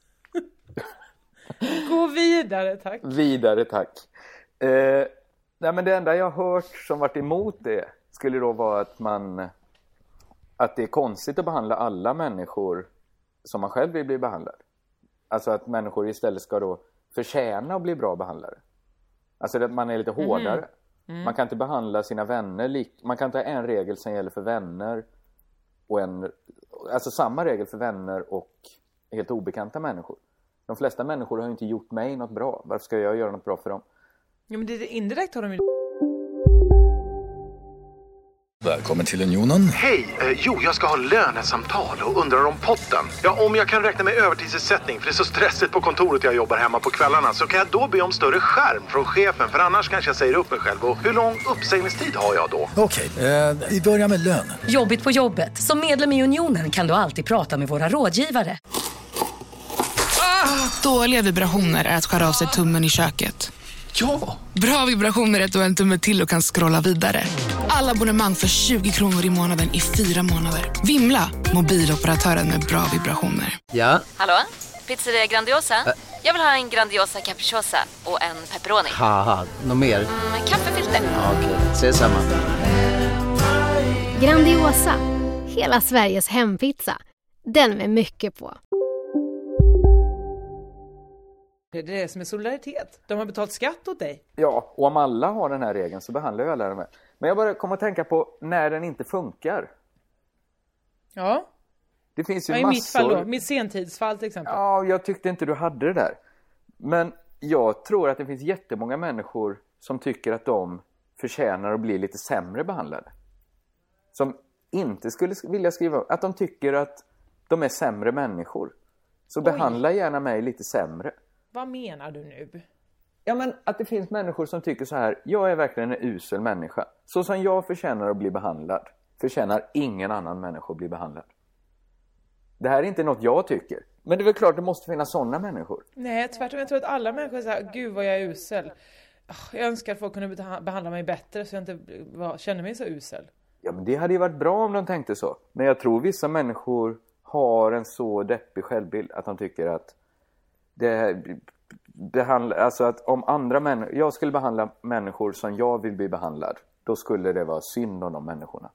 Gå vidare, tack. Vidare, tack. Eh, nej, men det enda jag har hört som varit emot det skulle då vara att man att det är konstigt att behandla alla människor som man själv vill bli behandlad. Alltså att människor istället ska då förtjäna att bli bra behandlare. Alltså att man är lite hårdare. Mm. Mm. Man kan inte behandla sina vänner lik- man kan inte ha en regel som gäller för vänner och en alltså samma regel för vänner och helt obekanta människor. De flesta människor har ju inte gjort mig något bra. Varför ska jag göra något bra för dem? Ja, men det, indirekt har de ju... Välkommen till Unionen. Hej, eh, jo jag ska ha lönesamtal och undrar om potten. Ja, om jag kan räkna med övertidsersättning för det är så stressigt på kontoret jag jobbar hemma på kvällarna, så kan jag då be om större skärm från chefen, för annars kanske jag säger upp mig själv. Och hur lång uppsägningstid har jag då? Okej, eh, vi börjar med lön. Jobbigt på jobbet. Som medlem i Unionen kan du alltid prata med våra rådgivare. Ah, dåliga vibrationer är att skära av sig tummen i köket. Ja! Bra vibrationer är att du har en tumme till och kan scrolla vidare. Alla abonnemang för tjugo kronor i månaden i fyra månader. Vimla, mobiloperatören med bra vibrationer. Ja? Hallå? Pizzeria Grandiosa? Ä Jag vill ha en Grandiosa capriciosa och en pepperoni. Haha, något mer? Mm, kaffefilter. Ja, okej, okay. Ses samma. Grandiosa, hela Sveriges hempizza. Den med mycket på. Det är det som är solidaritet. De har betalt skatt åt dig. Ja, och om alla har den här regeln så behandlar ju alla den här. Men jag bara kommer att tänka på när den inte funkar. Ja. Det finns ju ja, i massor. mitt fall då, mitt sentidsfall till exempel. Ja, jag tyckte inte du hade det där. Men jag tror att det finns jättemånga människor som tycker att de förtjänar att bli lite sämre behandlade. Som inte skulle vilja skriva, att de tycker att de är sämre människor. Så Oj. behandla gärna mig lite sämre. Vad menar du nu? Ja, men att det finns människor som tycker så här: jag är verkligen en usel människa. Så som jag förtjänar att bli behandlad, förtjänar ingen annan människa att bli behandlad. Det här är inte något jag tycker. Men det är väl klart det måste finnas sådana människor. Nej, tvärtom. Jag tror att alla människor säger: gud vad jag är usel. Jag önskar att folk kunde behandla mig bättre så jag inte känner mig så usel. Ja, men det hade ju varit bra om de tänkte så. Men jag tror vissa människor har en så deppig självbild att de tycker att det behandla, alltså att om andra människor, jag skulle behandla människor som jag vill bli behandlad, då skulle det vara synd om de människorna.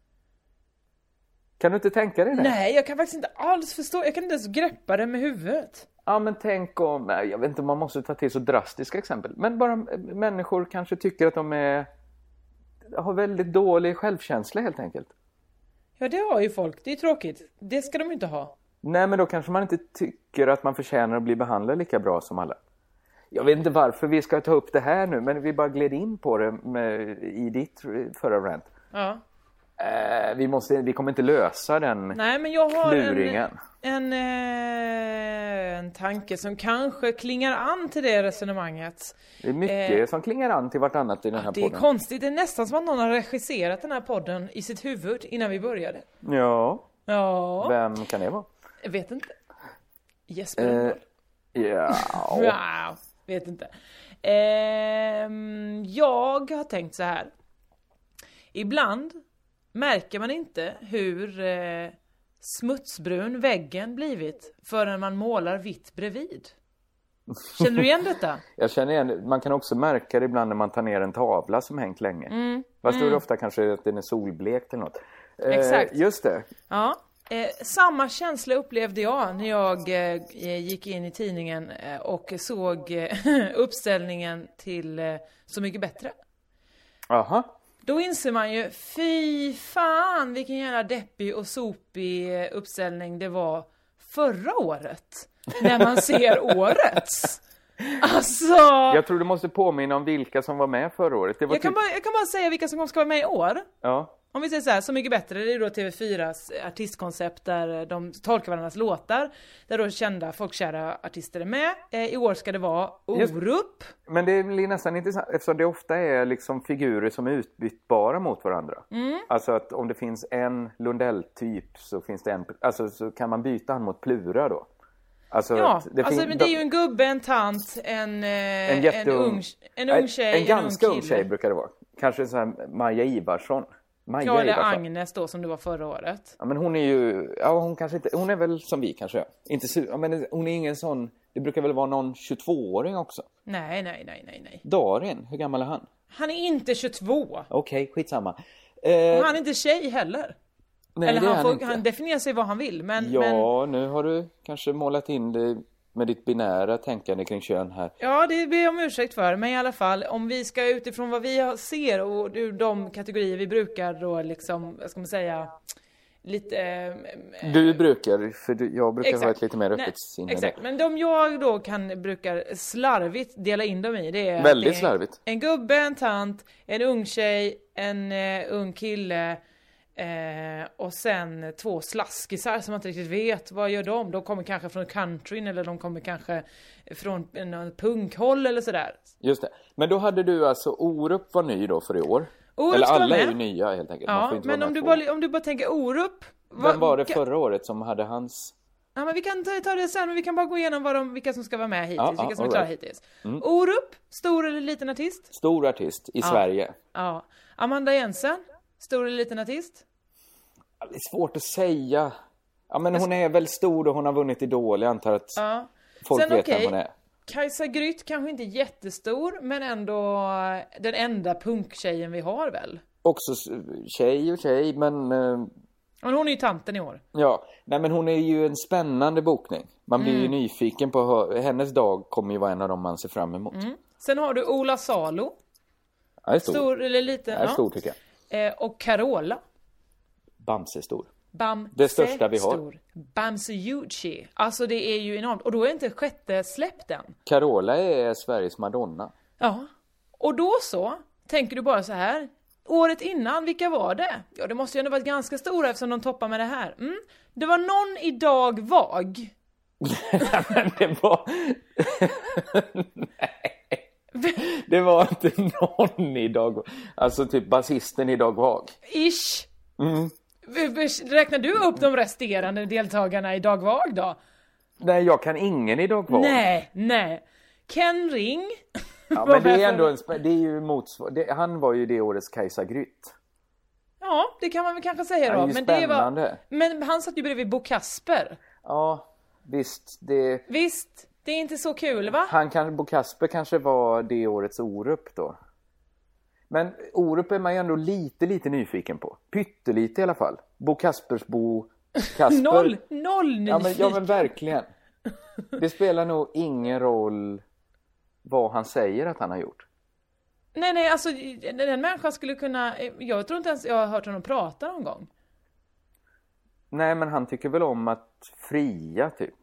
Kan du inte tänka dig det? Nej, jag kan faktiskt inte alls förstå. Jag kan inte ens greppa det med huvudet. Ja, men tänk om, jag vet inte om man måste ta till så drastiska exempel, men bara människor kanske tycker att de är har väldigt dålig självkänsla helt enkelt. Ja, det har ju folk. Det är tråkigt. Det ska de inte ha. Nej, men då kanske man inte tycker att man förtjänar att bli behandlad lika bra som alla. Jag vet inte varför vi ska ta upp det här nu, men vi bara gled in på det med, i ditt förra rant. Ja. Eh, vi, måste, vi kommer inte lösa den Nej, men jag har kluringen. En, en, eh, en tanke som kanske klingar an till det resonemanget. Det är mycket eh, som klingar an till vartannat i den här det podden. Det är konstigt. Det är nästan som att någon har regisserat den här podden i sitt huvud innan vi började. Ja. Ja. Vem kan det vara? Jag vet inte. Jesper. Eh, ja. ja. Vet inte. Eh, jag har tänkt så här. Ibland märker man inte hur eh, smutsbrun väggen blivit förrän man målar vitt bredvid. Känner du igen detta? Jag känner igen. Man kan också märka det ibland när man tar ner en tavla som hängt länge. Mm. Fast mm. då är det ofta kanske att den är solblekt eller något. Exakt. Eh, just det. Ja. Eh, samma känsla upplevde jag när jag eh, gick in i tidningen eh, och såg eh, uppställningen till eh, Så mycket bättre. Aha. Då inser man ju, fy fan vilken jävla deppig och sopig uppställning det var förra året. När man ser årets. Alltså... Jag tror du måste påminna om vilka som var med förra året. Det var jag, kan bara, jag kan bara säga vilka som ska vara med i år. Ja. Om vi säger så här, Så mycket bättre, det är då T V fyras artistkoncept där de tolkar varandras låtar. Där då kända, folkkära artister är med. Eh, I år ska det vara Orup. Men det blir nästan intressant eftersom det ofta är liksom figurer som är utbytbara mot varandra. Mm. Alltså att om det finns en Lundell-typ så finns det en, alltså så kan man byta han mot Plura då. Alltså, ja, det, alltså, fin- men det är ju en gubbe, en tant, en, en, en, ung, en ung tjej, en, en ganska en ung ung tjej brukar det vara. Kanske en sån här Maja Ivarsson. Maja ja, eller Ivarsson. Agnes då som du var förra året. Ja, men hon är ju, ja hon kanske inte, hon är väl som vi kanske. Inte su- ja, men hon är ingen sån, det brukar väl vara någon tjugotvååring också. Nej, nej, nej, nej, nej. Darin, hur gammal är han? Han är inte tjugotvå. Okej, okay, skitsamma. Eh, han är inte tjej heller. Nej, eller han, han, får, han definierar sig vad han vill. Men, ja, men... nu har du kanske målat in det med ditt binära tänkande kring kön här. Ja, det ber jag om ursäkt för. Men i alla fall, om vi ska utifrån vad vi ser och ur de kategorier vi brukar då liksom, vad ska man säga, lite... Eh, du brukar, för du, jag brukar exakt. ha ett lite mer öppet sinne. Exakt, men de jag då kan brukar slarvigt dela in dem i, det är... Väldigt det är slarvigt. En gubbe, en tant, en ung tjej, en uh, ung kille, Eh, och sen två slaskisar som man inte riktigt vet. Vad gör de? De kommer kanske från countryn eller de kommer kanske från en punkhåll eller sådär. Just det. Men då hade du alltså Orup var ny då för i år. Orup eller alla med. är ju nya helt enkelt. Ja, men om du, bara, om du bara tänker Orup. Vem var det förra året som hade hans... Ja, men vi kan ta, ta det sen, men vi kan bara gå igenom vad de, vilka som ska vara med hittills, ja, vilka ja, som är klara right. hittills. Mm. Orup, stor eller liten artist? Stor artist i ja. Sverige. Ja. Amanda Jensen, stor eller liten artist? Det är svårt att säga. Ja, men hon är väl stor och hon har vunnit Idol. Jag antar att ja. folk sen, vet okay. vem hon är. Kajsa Grytt kanske inte jättestor, men ändå den enda punktjejen vi har väl? Också tjej och tjej, men... Men hon är ju tanten i år. Ja, nej men hon är ju en spännande bokning. Man blir mm. ju nyfiken på hennes dag kommer ju vara en av dem man ser fram emot. Mm. Sen har du Ola Salo. Ja, är stor. Stor eller liten? Ja, är stor tycker jag. Eh, och Carola. Bamse stor. Bamse det största vi har. Stor. Bamse Yuchi. Alltså det är ju enormt. Och då är inte sjätte släppt än. Carola är Sveriges Madonna. Ja. Och då så tänker du bara så här. Året innan, vilka var det? Ja, det måste ju ändå varit ganska stora eftersom de toppar med det här. Mm. Det var någon idag vag. Men det var... Nej. Det var inte någon idag. Alltså typ basisten idag vag. Ish. Mm. Räknar du upp de resterande deltagarna i Dag Vag då? Nej, jag kan ingen i Dag Vag. Nej, nej. Ken Ring. Ja, men det är ändå en det är ju motsvar. Det, han var ju det årets Kajsa Grytt. Ja, det kan man väl kanske säga då. Ja, det är ju men spännande. det var Men han satt ju bredvid Bo Kasper. Ja, visst det Visst, det är inte så kul, va? Han kan Bo Kasper kanske var det årets Orup då. Men Orup är man ju ändå lite lite nyfiken på. Pyttelite i alla fall. Bo Kaspers Bo Kasper. noll noll nyfiken. Ja men, ja men verkligen. Det spelar nog ingen roll vad han säger att han har gjort. Nej nej, alltså den människan skulle kunna, jag tror inte ens jag har hört honom prata någon gång. Nej, men han tycker väl om att fria typ.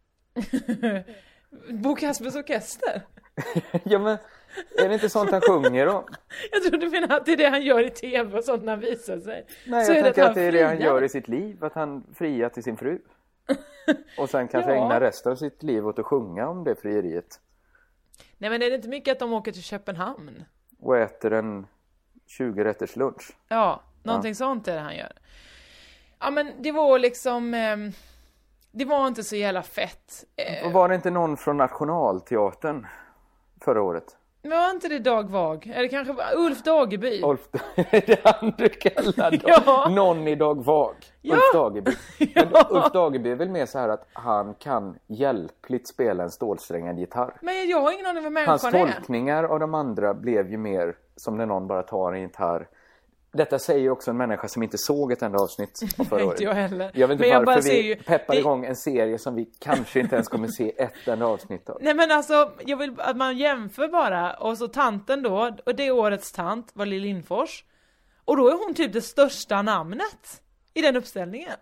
Bo Kaspers orkester. Ja men är det inte sånt han sjunger då? Jag tror du menar att det är det han gör i tv och sånt när han visar sig. Nej, så jag är tänker det att, att det är det han gör i sitt liv. Att han friar till sin fru. Och sen kanske ja. ägnar resten av sitt liv åt att sjunga om det frieriet. Nej, men är det inte mycket att de åker till Köpenhamn? Och äter en tjugo rätters lunch. Ja, någonting ja. sånt är det han gör. Ja, men det var liksom... Eh, det var inte så jävla fett. Eh, och var det inte någon från Nationalteatern förra året? Men var inte det Dag Vag? Eller kanske Ulf Dageby? Ulf, det är han du kallar ja. någon i Dag Vag. Ja. Ulf Dageby. Men ja. Ulf Dageby är väl mer så här att han kan hjälpligt spela en stålsträngad gitarr. Men jag har ingen aning vad människan Hans tolkningar är. Av de andra blev ju mer som när någon bara tar en gitarr. Detta säger också en människa som inte såg ett enda avsnitt av förra året. Inte jag heller. Jag vet inte men varför vi ju, peppar det... igång en serie som vi kanske inte ens kommer se ett enda avsnitt av. Nej men alltså, jag vill att man jämför bara. Och så tanten då, och det årets tant var Lill Lindfors. Och då är hon typ det största namnet i den uppställningen.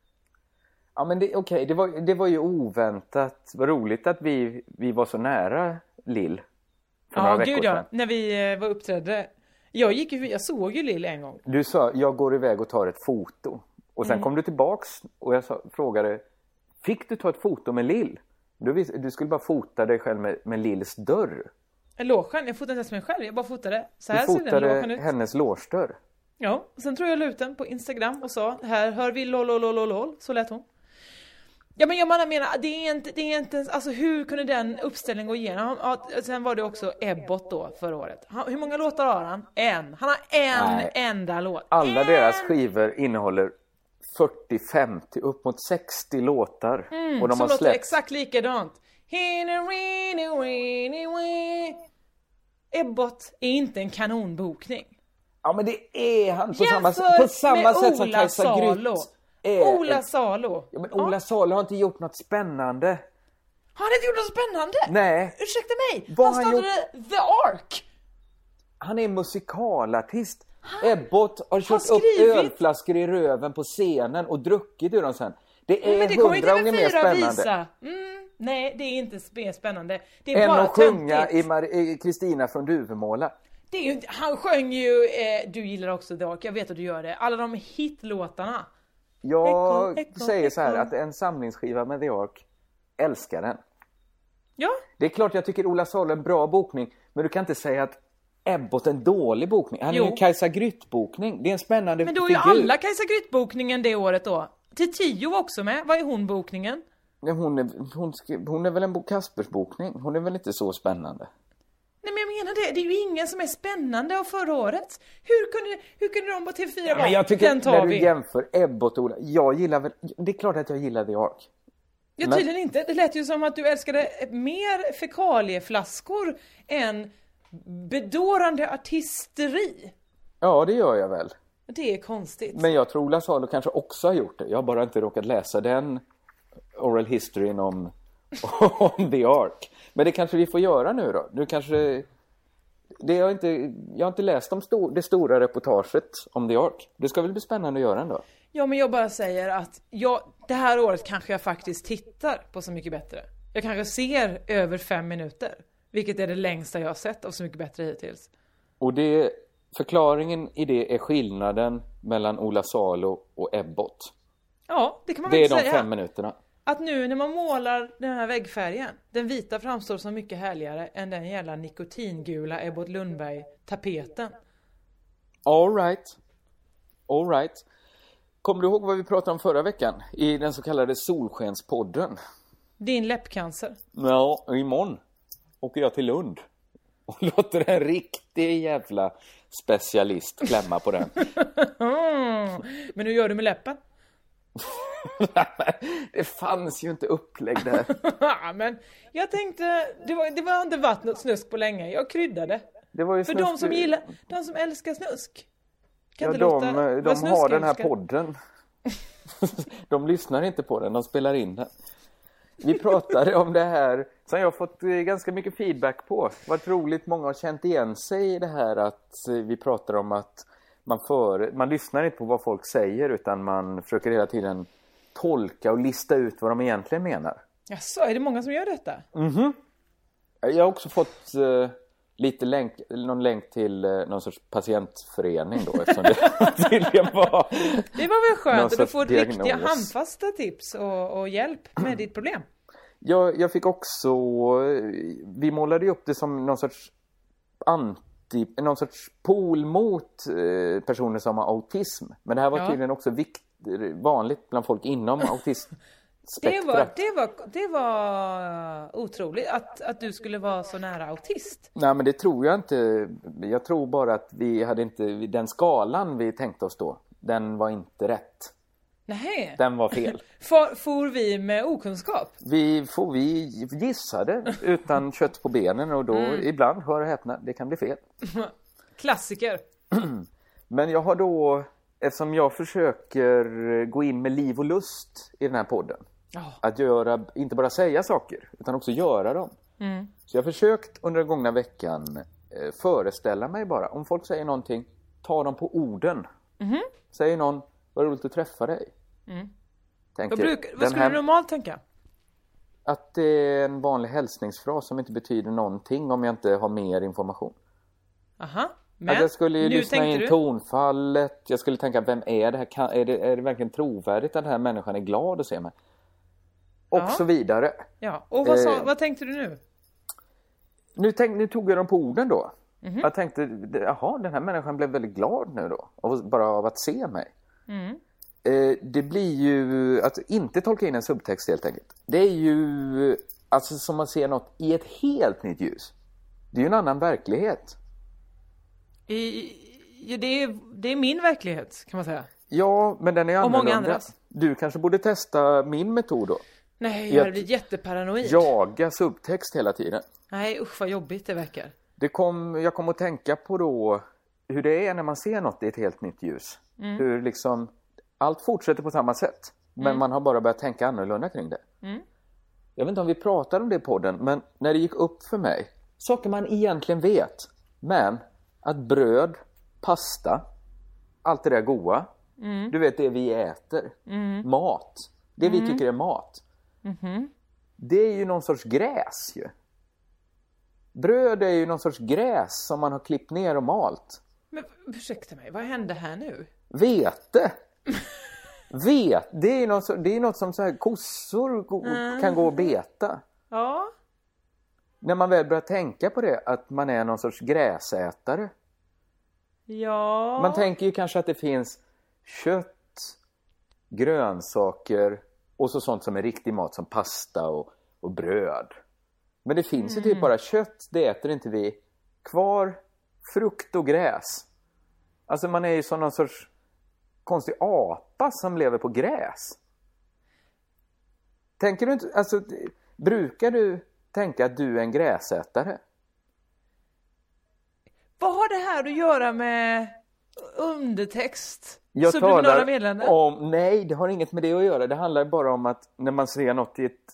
Ja men okej, okay, det, var, det var ju oväntat. Vad roligt att vi, vi var så nära Lill. Ja gud ja, när vi var uppträdde. Jag gick ju, jag såg ju Lill en gång. Du sa, jag går iväg och tar ett foto. Och sen mm. kom du tillbaks och jag sa, frågade, fick du ta ett foto med Lill? Du, vis, du skulle bara fota dig själv med, med Lills dörr. Logen, jag fotade inte ens mig själv, jag bara fotade. Så här du ser den logen ut. fotade hennes låsdörr. Ja, och sen tror jag la ut den på Instagram och sa, här hör vi lololololol, så lät hon. Ja men jag menar, det är inte, det är inte alltså hur kunde den uppställningen gå igenom? Ja, sen var det också Ebbot då förra året. Han, hur många låtar har han? En. Han har en Nej. enda låt. Alla en. deras skivor innehåller fyrtio femtio upp mot sextio låtar. Mm, och de som har låter släppt exakt likadant. Ebbot är inte en kanonbokning. Ja men det är han på Jämför samma, på samma sätt som Kajsa Grytt. Ola ett... Salo. Ja, men Ola ja. Salo har inte gjort något spännande. Har han inte gjort något spännande? Nej. Ursäkta mig. Vad han startade gjort... The Ark. Han är musikalartist. Han... Ebbot har kört skrivit... upp ölflaskor i röven på scenen och druckit ur dem sen. Det är men det hundra gånger mer spännande. Mm, nej, det är inte spännande. Det är än bara att sjunga i Kristina Mar- från Duvemåla. Det är ju, han sjöng ju, eh, du gillar också The Ark, jag vet att du gör det. Alla de hitlåtarna. Jag Echo, echo, säger så här echo. att en samlingsskiva med The Ark, älskar den. Ja. Det är klart jag tycker Ola Salo är en bra bokning, men du kan inte säga att Ebbot är en dålig bokning. Han är Jo. ju en Kajsa Grytt-bokning. Det är en spännande Men då är ju figur. alla Kajsa Grytt-bokningen det året då. Till tio också med. Vad är hon bokningen? Nej, Hon är, hon, skri- hon är väl en Bo Kaspers-bokning. Hon är väl inte så spännande. Nej, men jag menar det. Det är ju ingen som är spännande av förra året. Hur kunde, hur kunde de på T V fyra vara? Men jag tycker, Den tar när du vi. jämför Ebbot och Ola, jag gillar väl, det är klart att jag gillar The Ark. Ja, Men- tydligen inte. Det lät ju som att du älskade mer fekalieflaskor än bedårande artisteri. Ja, det gör jag väl. Det är konstigt. Men jag tror Ola Salo kanske också har gjort det. Jag har bara inte råkat läsa den oral historyn om, om The Ark. Men det kanske vi får göra nu då. Du kanske... Det jag, inte, jag har inte läst om sto, det stora reportaget om The Ark. Det ska väl bli spännande att göra ändå. Ja, men jag bara säger att jag, det här året kanske jag faktiskt tittar på Så mycket bättre. Jag kanske ser över fem minuter. Vilket är det längsta jag har sett av Så mycket bättre hittills. Och det, förklaringen i det är skillnaden mellan Ola Salo och Ebbot. Ja, det kan man Det väl är de säga. fem minuterna. Att nu när man målar den här väggfärgen, den vita framstår som mycket härligare än den jävla nikotingula Ebbot Lundberg-tapeten. All right. All right. Kommer du ihåg vad vi pratade om förra veckan? I den så kallade Solskenspodden. Din läppcancer. Ja, imorgon åker jag till Lund. Och låter en riktig jävla specialist klämma på den. Mm. Men hur gör du med läppen? Det fanns ju inte upplägg där. Men jag tänkte, det, var, det var inte varit något snusk på länge. Jag kryddade. Det var ju För snusk- de som gillar, de som älskar snusk. Kan Ja, inte de, låta vara de har snuskälskare. den här podden. De lyssnar inte på den, de spelar in den. Vi pratade om det här som jag har fått eh, ganska mycket feedback på. Vad roligt många har känt igen sig i det här att eh, vi pratar om att man, för, man lyssnar inte på vad folk säger utan man försöker hela tiden tolka och lista ut vad de egentligen menar. Jaså, är det många som gör detta? Mhm. Jag har också fått eh, lite länk, någon länk till eh, någon sorts patientförening då eftersom det tydligen var. Det var väl skönt någon att du sorts får diagnos. riktiga handfasta tips och, och hjälp med ditt problem. Jag, jag fick också, vi målade ju upp det som någon sorts anti, någon sorts pol mot eh, personer som har autism. Men det här var Ja. tydligen också vikt, vanligt bland folk inom autism. Det var, det var, det var otroligt att, att du skulle vara så nära autist. Nej, men det tror jag inte. Jag tror bara att vi hade inte, den skalan vi tänkte oss då, den var inte rätt. Nej. Den var fel. For, for vi med okunskap? Vi, får, vi gissade utan kött på benen och då Mm. ibland, hör och häpna, det kan bli fel. Klassiker. Men jag har då, eftersom jag försöker gå in med liv och lust i den här podden. Ja. Att göra, inte bara säga saker, utan också göra dem. Mm. Så jag har försökt under den gångna veckan eh, föreställa mig bara. Om folk säger någonting, ta dem på orden. Mhm. Säger någon, vad roligt att träffa dig. Mm. Tänker, Vad, bruk, vad den skulle här- du normalt tänka? Att det är en vanlig hälsningsfras som inte betyder någonting om jag inte har mer information. Aha. Men Att jag skulle ju nu lyssna tänkte in du. tonfallet. Jag skulle tänka, vem är det här? Kan, är, det, är det verkligen trovärdigt att den här människan är glad att se mig? Och Ja. så vidare. Ja. Och vad, sa, Eh. vad tänkte du nu? Nu, tänk, nu tog jag dem på orden då. Mhm. Jag tänkte, jaha, den här människan blev väldigt glad nu då. Av, bara av att se mig. Mm. Eh, det blir ju, att inte tolka in en subtext helt enkelt. Det är ju alltså som att se något i ett helt nytt ljus. Det är ju en annan verklighet. I, ja, det, är, det är min verklighet kan man säga. Ja, men den är Och många annorlunda. andras. Du kanske borde testa min metod då. Nej, I jag hade att blivit jätteparanoid. jaga subtext hela tiden. Nej, usch vad jobbigt det verkar. Det kom, jag kom att tänka på då hur det är när man ser något i ett helt nytt ljus. Mm. Hur liksom allt fortsätter på samma sätt. Men Mm. man har bara börjat tänka annorlunda kring det. Mm. Jag vet inte om vi pratade om det i podden, men när det gick upp för mig. Saker man egentligen vet. Men att bröd, pasta, allt det där goda. Mm. Du vet det vi äter. Mm. Mat. Det vi Mm. tycker är mat. Mhm. Det är ju någon sorts gräs ju. Bröd är ju någon sorts gräs som man har klippt ner och malt. Men ursäkta mig, vad händer här nu? Vete! Vet, det är något, så, det är något som så här kossor go- mm. kan gå och beta. Ja. När man väl börjar tänka på det, att man är någon sorts gräsätare. Ja. Man tänker ju kanske att det finns kött, grönsaker och så sånt som är riktig mat som pasta och, och bröd. Men det finns mm. ju typ bara kött, det äter inte vi. Kvar frukt och gräs. Alltså man är ju som någon sorts konstig apa som lever på gräs. Tänker du inte, alltså brukar du tänka att du är en gräsätare? Vad har det här att göra med undertext? Jag Subliminala meddelanden? Om, nej, det har inget med det att göra. Det handlar bara om att när man ser något i ett...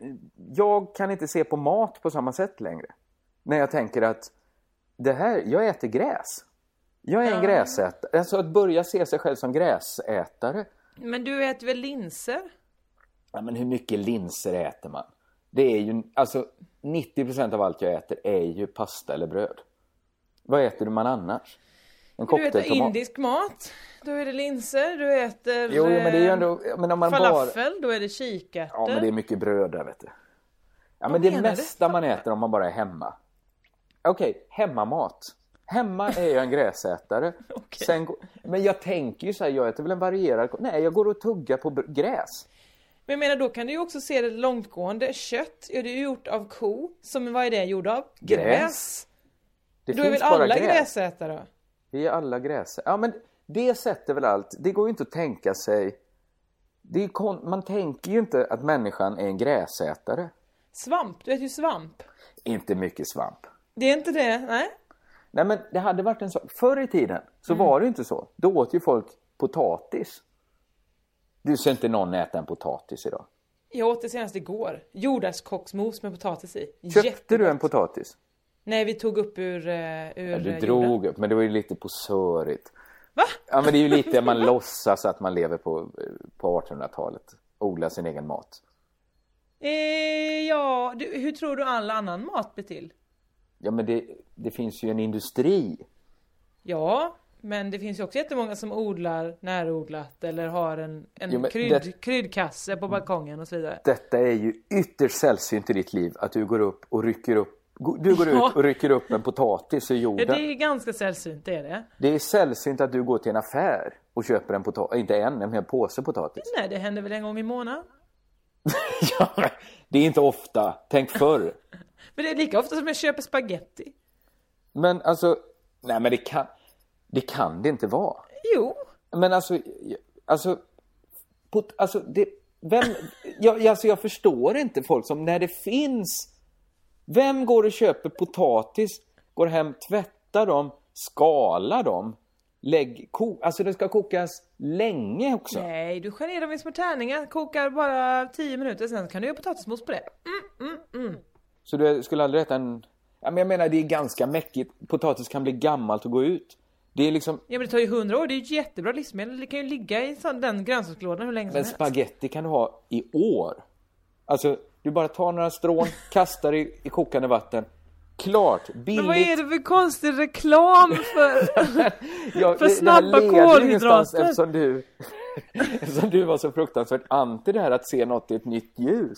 Jag kan inte se på mat på samma sätt längre. När jag tänker att det här, jag äter gräs. Jag är en ja. gräsätare. Alltså att börja se sig själv som gräsätare. Men du äter väl linser? Ja, men hur mycket linser äter man? Det är ju, alltså nittio procent av allt jag äter är ju pasta eller bröd. Vad äter man annars? En du äter indisk mat, då är det linser. Du äter jo, jo, men det är ju ändå, men om man falafel, bara... då är det kikärtor. Ja, men det är mycket bröd där, vet du. Ja, men det mesta det? man äter om man bara är hemma. Okej, okay, hemmamat. Hemma är jag en gräsätare. Okay. Sen, men jag tänker ju så här, jag äter väl en varierad... Nej, jag går och tuggar på gräs. Men jag menar, då kan du ju också se det långtgående. Kött är det ju gjort av ko. Som vad är det gjord av? Gräs. gräs. Det då är väl alla gräs. gräsätare då? Vi är alla gräsätare. Ja, men det sätter väl allt. Det går ju inte att tänka sig... Det är kon... Man tänker ju inte att människan är en gräsätare. Svamp, du äter ju svamp. Inte mycket svamp. Det är inte det, nej. Nej, men det hade varit en sak. Förr i tiden så mm. var det inte så. Då åt ju folk potatis. Du ser inte någon äta en potatis idag. Jag åt det senast igår. Jordärtskocksmos med potatis i. Köpte Jättegott. Du en potatis? Nej, vi tog upp ur, uh, ur ja, du drog jorden. upp, men det var ju lite posörigt. Va? Ja, men det är ju lite man låtsas att man lever på, på artonhundratalet. Odlar sin egen mat. Eh, ja, du, hur tror du all annan mat blir till? Ja, men det, det finns ju en industri. Ja, men det finns ju också jättemånga som odlar närodlat eller har en, en jo, krydd, det, kryddkasse på balkongen och så vidare. Detta är ju ytterst sällsynt i ditt liv, att du går upp och rycker upp du går ja. ut och rycker upp en potatis i jorden. Ja, det är ganska sällsynt, det är det. Det är sällsynt att du går till en affär och köper en potatis, inte en, en hel påse potatis. Nej, det händer väl en gång i månaden. Ja, det är inte ofta. Tänk förr. Men det är lika ofta som jag köper spaghetti. Men alltså, nej men det kan det kan det inte vara. Jo. Men alltså alltså pot, alltså det vem jag alltså jag förstår inte folk som när det finns vem går och köper potatis, går hem, tvättar dem, skalar dem, lägg ko, alltså det ska kokas länge också. Nej, du skär ner dem i små tärningar, kokar bara tio minuter, sen kan du göra potatismos på det. Mm, mm, mm. Så du skulle aldrig äta en... Ja, men jag menar, det är ganska mäckigt. Potatis kan bli gammalt och gå ut. Det är liksom... Ja, men det tar ju hundra år. Det är ju jättebra livsmedel. Det kan ju ligga i sån, den grönsakslådan hur länge som men helst. Men spaghetti kan du ha i år. Alltså, du bara tar några strån, kastar i, i kokande vatten. Klart, billigt. Men vad är det för konstig reklam för, ja, för snabba kolhydrater? Eftersom du, eftersom du var så fruktansvärt anti det här att se något i ett nytt ljus.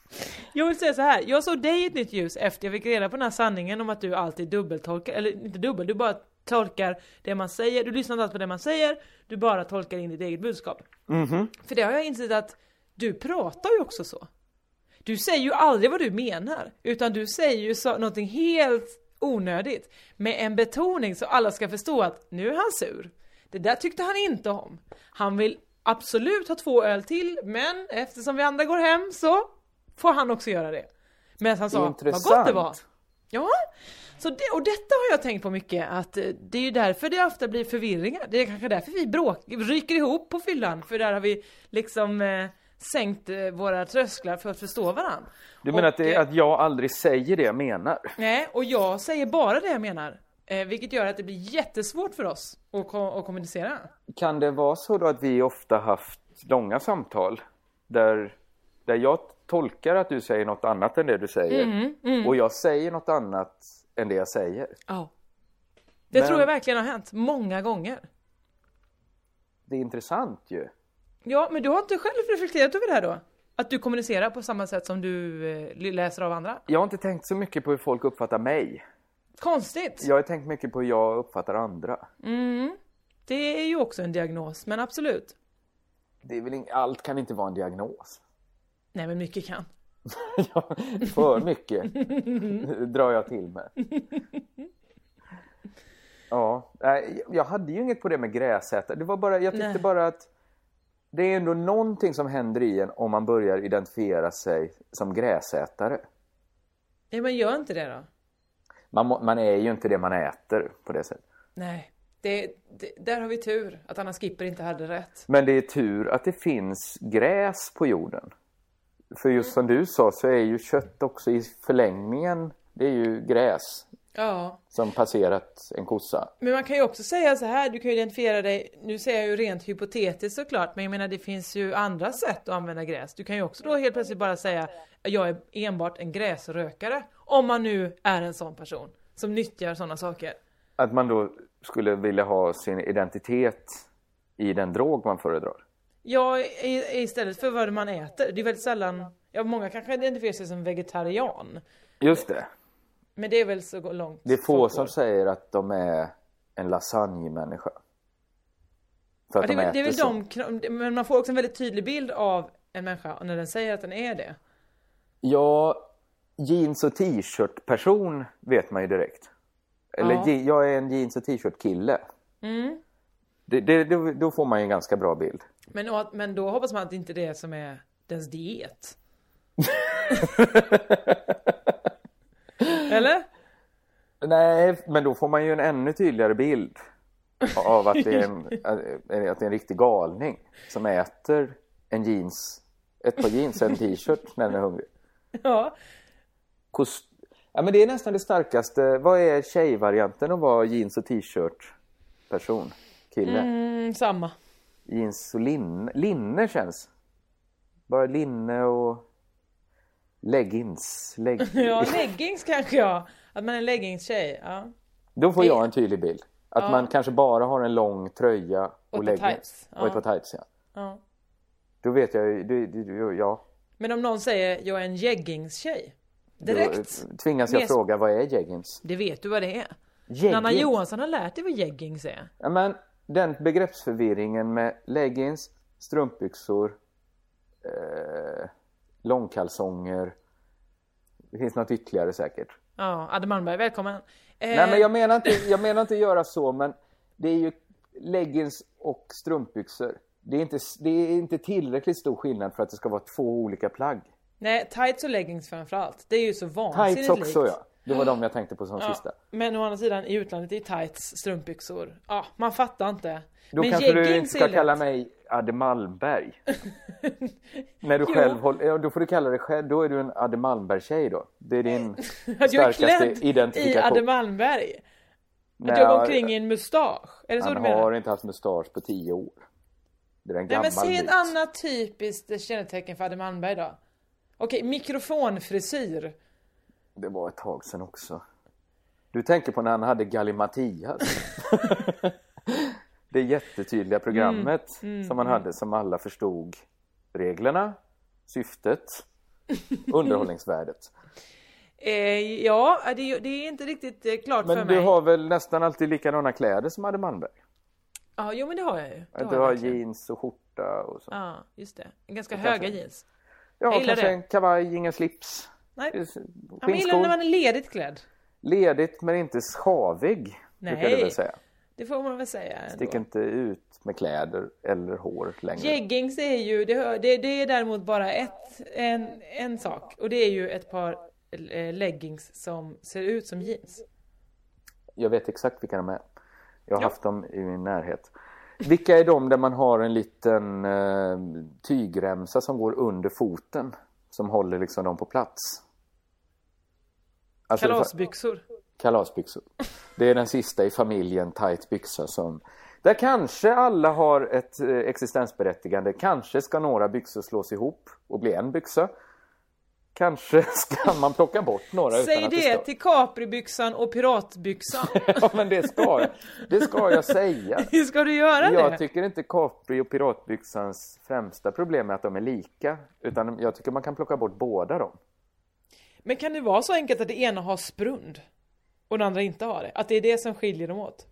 Jag vill säga så här, jag såg dig i ett nytt ljus efter jag fick reda på den här sanningen om att du alltid dubbeltolkar, eller inte dubbel, du bara tolkar det man säger, du lyssnar inte alls på det man säger, du bara tolkar in ditt eget budskap. Mm-hmm. För det har jag insett att du pratar ju också så. Du säger ju aldrig vad du menar, utan du säger ju så, någonting helt onödigt med en betoning så alla ska förstå att nu är han sur. Det där tyckte han inte om. Han vill absolut ha två öl till, men eftersom vi andra går hem så får han också göra det. Men han sa, vad gott det var. Ja, så det, och detta har jag tänkt på mycket, att det är ju därför det ofta blir förvirringar. Det är kanske därför vi bråk, ryker ihop på fyllan, för där har vi liksom eh, sänkt eh, våra trösklar för att förstå varandra. Du menar och, att, det, att jag aldrig säger det jag menar? Nej, och jag säger bara det jag menar. Eh, vilket gör att det blir jättesvårt för oss att, ko- att kommunicera. Kan det vara så då att vi ofta haft långa samtal där... där jag tolkar att du säger något annat än det du säger. Mm, mm. Och jag säger något annat än det jag säger. Ja. Det Men tror jag verkligen har hänt många gånger. det är intressant ju. Ja, men du har inte själv reflekterat över det här då? Att du kommunicerar på samma sätt som du eh, läser av andra? Jag har inte tänkt så mycket på hur folk uppfattar mig. Konstigt. Jag har tänkt mycket på hur jag uppfattar andra. Mm. Det är ju också en diagnos, men absolut. Det är väl ing- allt kan inte vara en diagnos. Nej, men mycket kan. Ja, för mycket drar jag till med. Ja, nej, jag hade ju inget på det med gräsätare. Det var bara, jag tyckte Nej. bara bara att det är ändå någonting som händer i en om man börjar identifiera sig som gräsätare. Ja, men gör inte det då? Man, må- man är ju inte det man äter på det sättet. Nej, det, det, där har vi tur att Anna Skipper inte hade rätt. Men det är tur att det finns gräs på jorden. För just som du sa så är ju kött också i förlängningen, det är ju gräs Ja, som passerat en kossa. men man kan ju också säga så här, du kan ju identifiera dig, nu säger jag ju rent hypotetiskt såklart, men jag menar det finns ju andra sätt att använda gräs. Du kan ju också då helt plötsligt bara säga, jag är enbart en gräsrökare, om man nu är en sån person som nyttjar sådana saker. Att man då skulle vilja ha sin identitet i den drog man föredrar. Ja, i- istället för vad man äter. Det är väldigt sällan, ja många kanske identifierar sig som vegetarian, Just det. men det är väl så långt. Det är få folk som går. säger att de är en lasagne-människa. För Ja, att det, är de väl- det är äter väl så. de, men man får också en väldigt tydlig bild av en människa när den säger att den är det. Ja, jeans och t-shirt-person vet man ju direkt. Eller Ja. je- jag är en jeans och t-shirt-kille. Mm. Det, det, då, då får man ju en ganska bra bild. Men, och att- men då hoppas man att det inte är det som är dens diet. Eller? Nej, men då får man ju en ännu tydligare bild av att det är en, att det är en riktig galning som äter en jeans, ett par jeans och en t-shirt när den är hungrig. Ja. Kost... Ja, men det är nästan det starkaste. Vad är tjejvarianten att vara jeans och t-shirt person? Kille? Mm, samma. Jeans och linne. Linne känns. Bara linne och leggings. Leg... Ja, leggings kanske jag. Att man är en leggingstjej. Ja. Då får jag en tydlig bild. Att Ja. man kanske bara har en lång tröja och, Och ett par leggings. tights. Och ett Ja. par tights, ja. Ja. Då vet jag ju, det- det- det- ja. Men om någon säger jag är en jeggingstjej. Direkt. Då tvingas jag Mer- fråga, vad är jeggings? Det vet du vad det är. Jeggings? Nanna Johansson har lärt dig vad jeggings är. Ja, men den begreppsförvirringen med leggings, strumpbyxor, eh, långkalsonger. Det finns något ytterligare säkert. Ja, Adde Malmberg, välkommen. Eh, Nej, men jag menar inte, jag menar inte göra så, men det är ju leggings och strumpbyxor. Det är inte, det är inte tillräckligt stor skillnad för att det ska vara två olika plagg. Nej, tights och leggings framförallt. Det är ju så vansinnigt Tights också, likt. ja. Det var de jag tänkte på som Ja, sista. men å andra sidan i utlandet är tights, strumpbyxor. Ja, man fattar inte. Då men kanske du inte jeggings är ska lätt. kalla mig Adde Malmberg. När du Jo. själv håller, ja, då får du kalla dig själv, då är du en Adde Malmberg-tjej då. Det är din Att jag är starkaste klädd i identifikation. Adde Malmberg. Att Nej, jag går omkring i en mustasch. Är det så han du menar? har inte haft mustasch på tio år. Det är en Nej, gammal men säg ett myt. annat typiskt kännetecken för Adde Malmberg då. Okej, mikrofonfrisyr. Det var ett tag sedan också. Du tänker på när han hade Gallimatias. Det jättetydliga programmet Mm, mm, som han hade, som alla förstod reglerna, syftet, underhållningsvärdet. Eh, ja, det, är- det är inte riktigt eh, klart för Men mig. du har väl nästan alltid likadana kläder som Adde Malmberg? Ja, jo men det har jag ju. Det Att har du jag har verkligen. jeans och skjorta och så. Ja, just det. Ganska Och höga kanske- jeans. Ja, jag gillar kanske det. en kavaj, ingen slips. Nej. Skinnskor. Ja, men gillar när man är ledigt klädd. Ledigt men inte schavig, Nej. brukar du väl säga. Det får man väl säga ändå. Stick inte ut med kläder eller hår längre. Jeggings är ju, det, hör- det, det är däremot bara ett, en, en sak. Och det är ju ett par eh, leggings som ser ut som jeans. Jag vet exakt vilka de är. Jag har haft dem i min närhet. Vilka är de där man har en liten eh, tygremsa som går under foten? Som håller liksom dem på plats? Alltså, Kalasbyxor. Kalasbyxor. Det är den sista i familjen tight byxa som Där kanske alla har ett existensberättigande. Kanske ska några byxor slås ihop och bli en byxa. Kanske ska man plocka bort några. Säg utan att det, det ska... till Capri-byxan och piratbyxan. Ja, men det ska jag. Det ska jag säga. Ska du göra jag det? Jag tycker inte Capri och piratbyxans främsta problem är att de är lika. Utan jag tycker man kan plocka bort båda dem. Men kan det vara så enkelt att det ena har sprund och den andra inte har det? Att det är det som skiljer dem åt?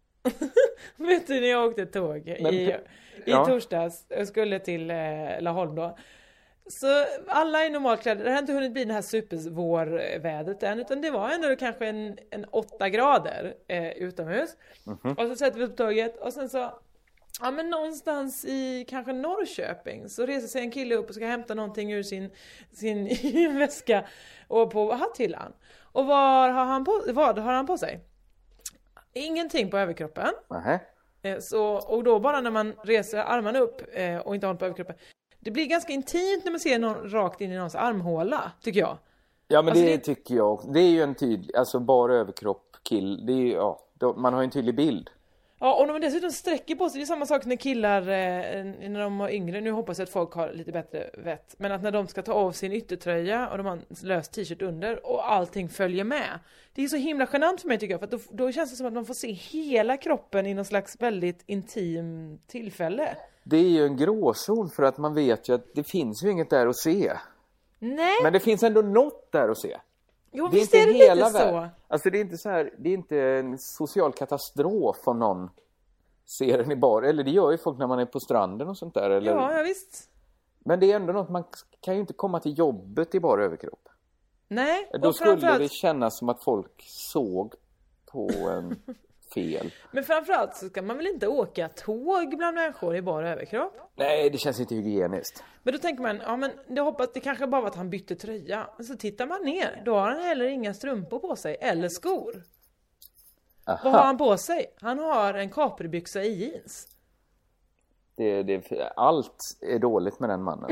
Vet du, när jag åkte tåg Men, i, ja. i torsdags och skulle till eh, Laholm då. Så alla är normalt klädda. Det har inte hunnit bli det här supervårvädret än. Utan det var ändå kanske en, en åtta grader eh, utomhus. Mm-hmm. Och så sätter vi på tåget. Och sen så, ja men någonstans i kanske Norrköping. Så reser sig en kille upp och ska hämta någonting ur sin, sin väska. Och på hatthyllan. Och vad har han på, vad har han på sig? Ingenting på överkroppen. Mm-hmm. Eh, så, och då bara när man reser armarna upp eh, och inte har på överkroppen. Det blir ganska intimt när man ser någon rakt in i någons armhåla, tycker jag. Ja, men alltså det, det tycker jag också. Det är ju en tydlig, alltså bara överkropp, kill. Det är ju, ja, då, man har ju en tydlig bild. Ja, och de dessutom sträcker på sig. Det är samma sak när killar, eh, när de var yngre. Nu hoppas jag att folk har lite bättre vett. Men att när de ska ta av sin yttertröja och de har en lös t-shirt under och allting följer med. Det är så himla genant för mig, tycker jag. För att då, då känns det som att man får se hela kroppen i någon slags väldigt intim tillfälle. Det är ju en gråzon, för att man vet ju att det finns ju inget där att se. Nej. Men det finns ändå något där att se. Jo, det är visst inte är det hela lite så. Alltså det är inte så här, det är inte en social katastrof om någon ser den i bar. Eller det gör ju folk när man är på stranden och sånt där. Eller... Ja, ja visst. Men det är ändå något, man kan ju inte komma till jobbet i bara överkropp. Nej. Då skulle framförallt... det kännas som att folk såg på en fel. Men framförallt så ska man väl inte åka tåg bland människor i bara överkropp? Nej, det känns inte hygieniskt. Men då tänker man, ja men det hoppas det kanske bara var att han bytte tröja. Men så tittar man ner, då har han heller inga strumpor på sig, eller skor. Aha. Vad har han på sig? Han har en Capri-byxa i jeans. Det, det, allt är dåligt med den mannen.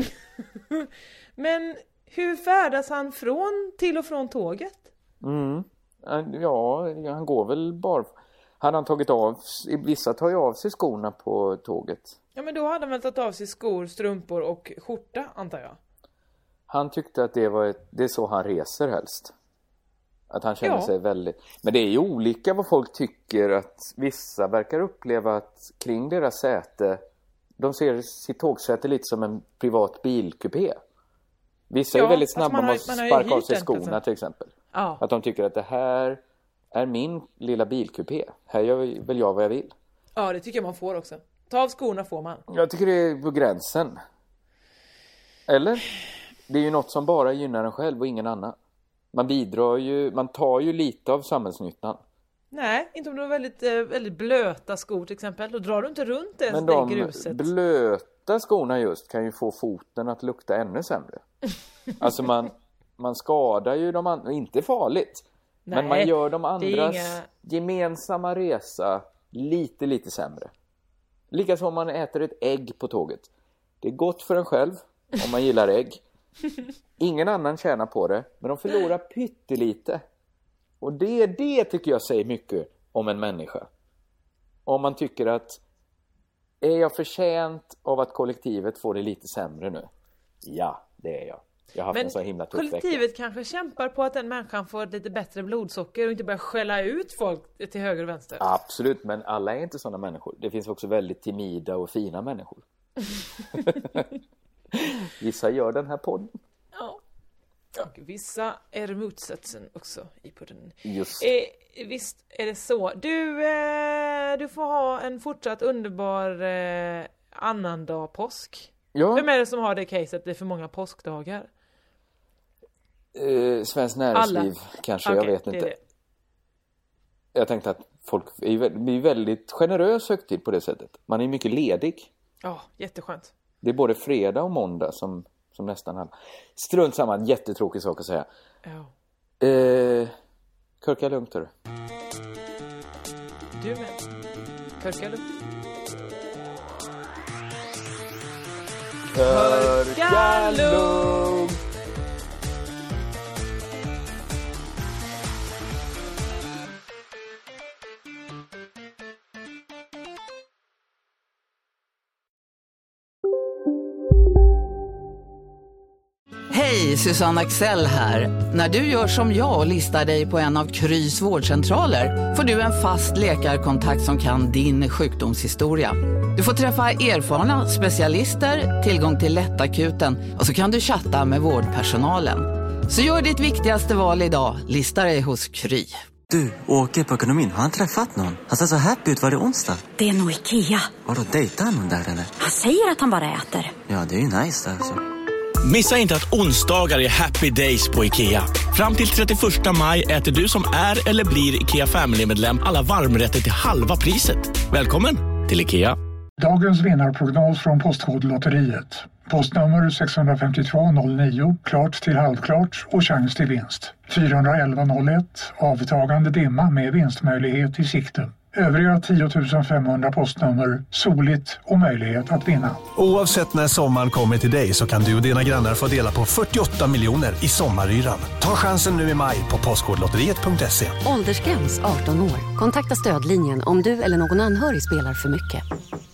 Men hur färdas han från till och från tåget? Mm. Ja, han går väl bara... Hade han tagit av... Vissa tar ju av sig skorna på tåget. Ja, men då hade han väl tagit av sig skor, strumpor och skjorta, antar jag. Han tyckte att det var ett, det är så han reser helst. Att han känner ja. sig väldigt... Men det är ju olika vad folk tycker. Att vissa verkar uppleva att kring deras säte... De ser sitt tågsäte lite som en privat bilkupé. Vissa ja, är väldigt snabba med att sparka av sig skorna till exempel. Ja. Att de tycker att det här är min lilla bilkupé. Här gör väl jag vad jag vill. Ja, det tycker jag man får också. Ta av skorna får man. Jag tycker det är på gränsen. Eller? Det är ju något som bara gynnar en själv och ingen annan. Man bidrar ju, man tar ju lite av samhällsnyttan. Nej, inte om du har väldigt, väldigt blöta skor till exempel. Då drar du inte runt det, men det de gruset. Blöta skorna just kan ju få foten att lukta ännu sämre. Alltså man, man skadar ju de andra, inte farligt. Nej, men man gör de andras inga... gemensamma resa lite, lite sämre. Likaså om man äter ett ägg på tåget. Det är gott för en själv om man gillar ägg. Ingen annan tjänar på det, men de förlorar pyttelite. Och det, det tycker jag säger mycket om en människa. Om man tycker att är jag förtjänt av att kollektivet får det lite sämre nu? Ja, det är jag. Jag har haft men en så himla tuff kollektivet vecka. Kanske kämpar på att den människan får lite bättre blodsocker och inte börjar skälla ut folk till höger och vänster. Absolut, men alla är inte sådana människor. Det finns också väldigt timida och fina människor. Vissa gör den här podden. Ja. Och vissa är motsatsen också i podden. Just. Eh, visst är det så. Du, eh, du får ha en fortsatt underbar eh, annandag påsk. Ja. Vem är det som har det caset? Det är för många påskdagar. Eh, Svenskt näringsliv alla. kanske, okay, jag vet inte. Det det. Jag tänkte att folk är väldigt generös högtid på det sättet. Man är mycket ledig. Ja, oh, jätteskönt. Det är både fredag och måndag som, som nästan alla. Strunt samma, en jättetråkig sak att säga. Oh. Eh, Körka lugnt, hör du. Du med. Körka lugnt. Körka lugnt. Hej, Susanne Axel här. När du gör som jag och listar dig på en av Krys vårdcentraler får du en fast läkarkontakt som kan din sjukdomshistoria. Du får träffa erfarna specialister, tillgång till lättakuten och så kan du chatta med vårdpersonalen. Så gör ditt viktigaste val idag, listar dig hos Kry. Du, åker på ekonomin. Har han träffat någon? Han ser så happy ut. Var det onsdag? Det är nog Ikea. Vadå, dejtar han någon där eller? Han säger att han bara äter. Ja, det är ju nice alltså. Missa inte att onsdagar är happy days på Ikea. Fram till trettioförsta maj äter du som är eller blir Ikea Family-medlem alla varmrätter till halva priset. Välkommen till Ikea. Dagens vinnarprognos från Postkodlotteriet. Postnummer sex fem två noll nio, klart till halvklart och chans till vinst. fyra elva noll ett, avtagande dimma med vinstmöjlighet i sikte. Övriga tio tusen femhundra postnummer, soligt och möjlighet att vinna. Oavsett när sommaren kommer till dig så kan du och dina grannar få dela på fyrtioåtta miljoner i sommaryran. Ta chansen nu i maj på postkodlotteriet punkt se. Åldersgräns arton år. Kontakta stödlinjen om du eller någon anhörig spelar för mycket.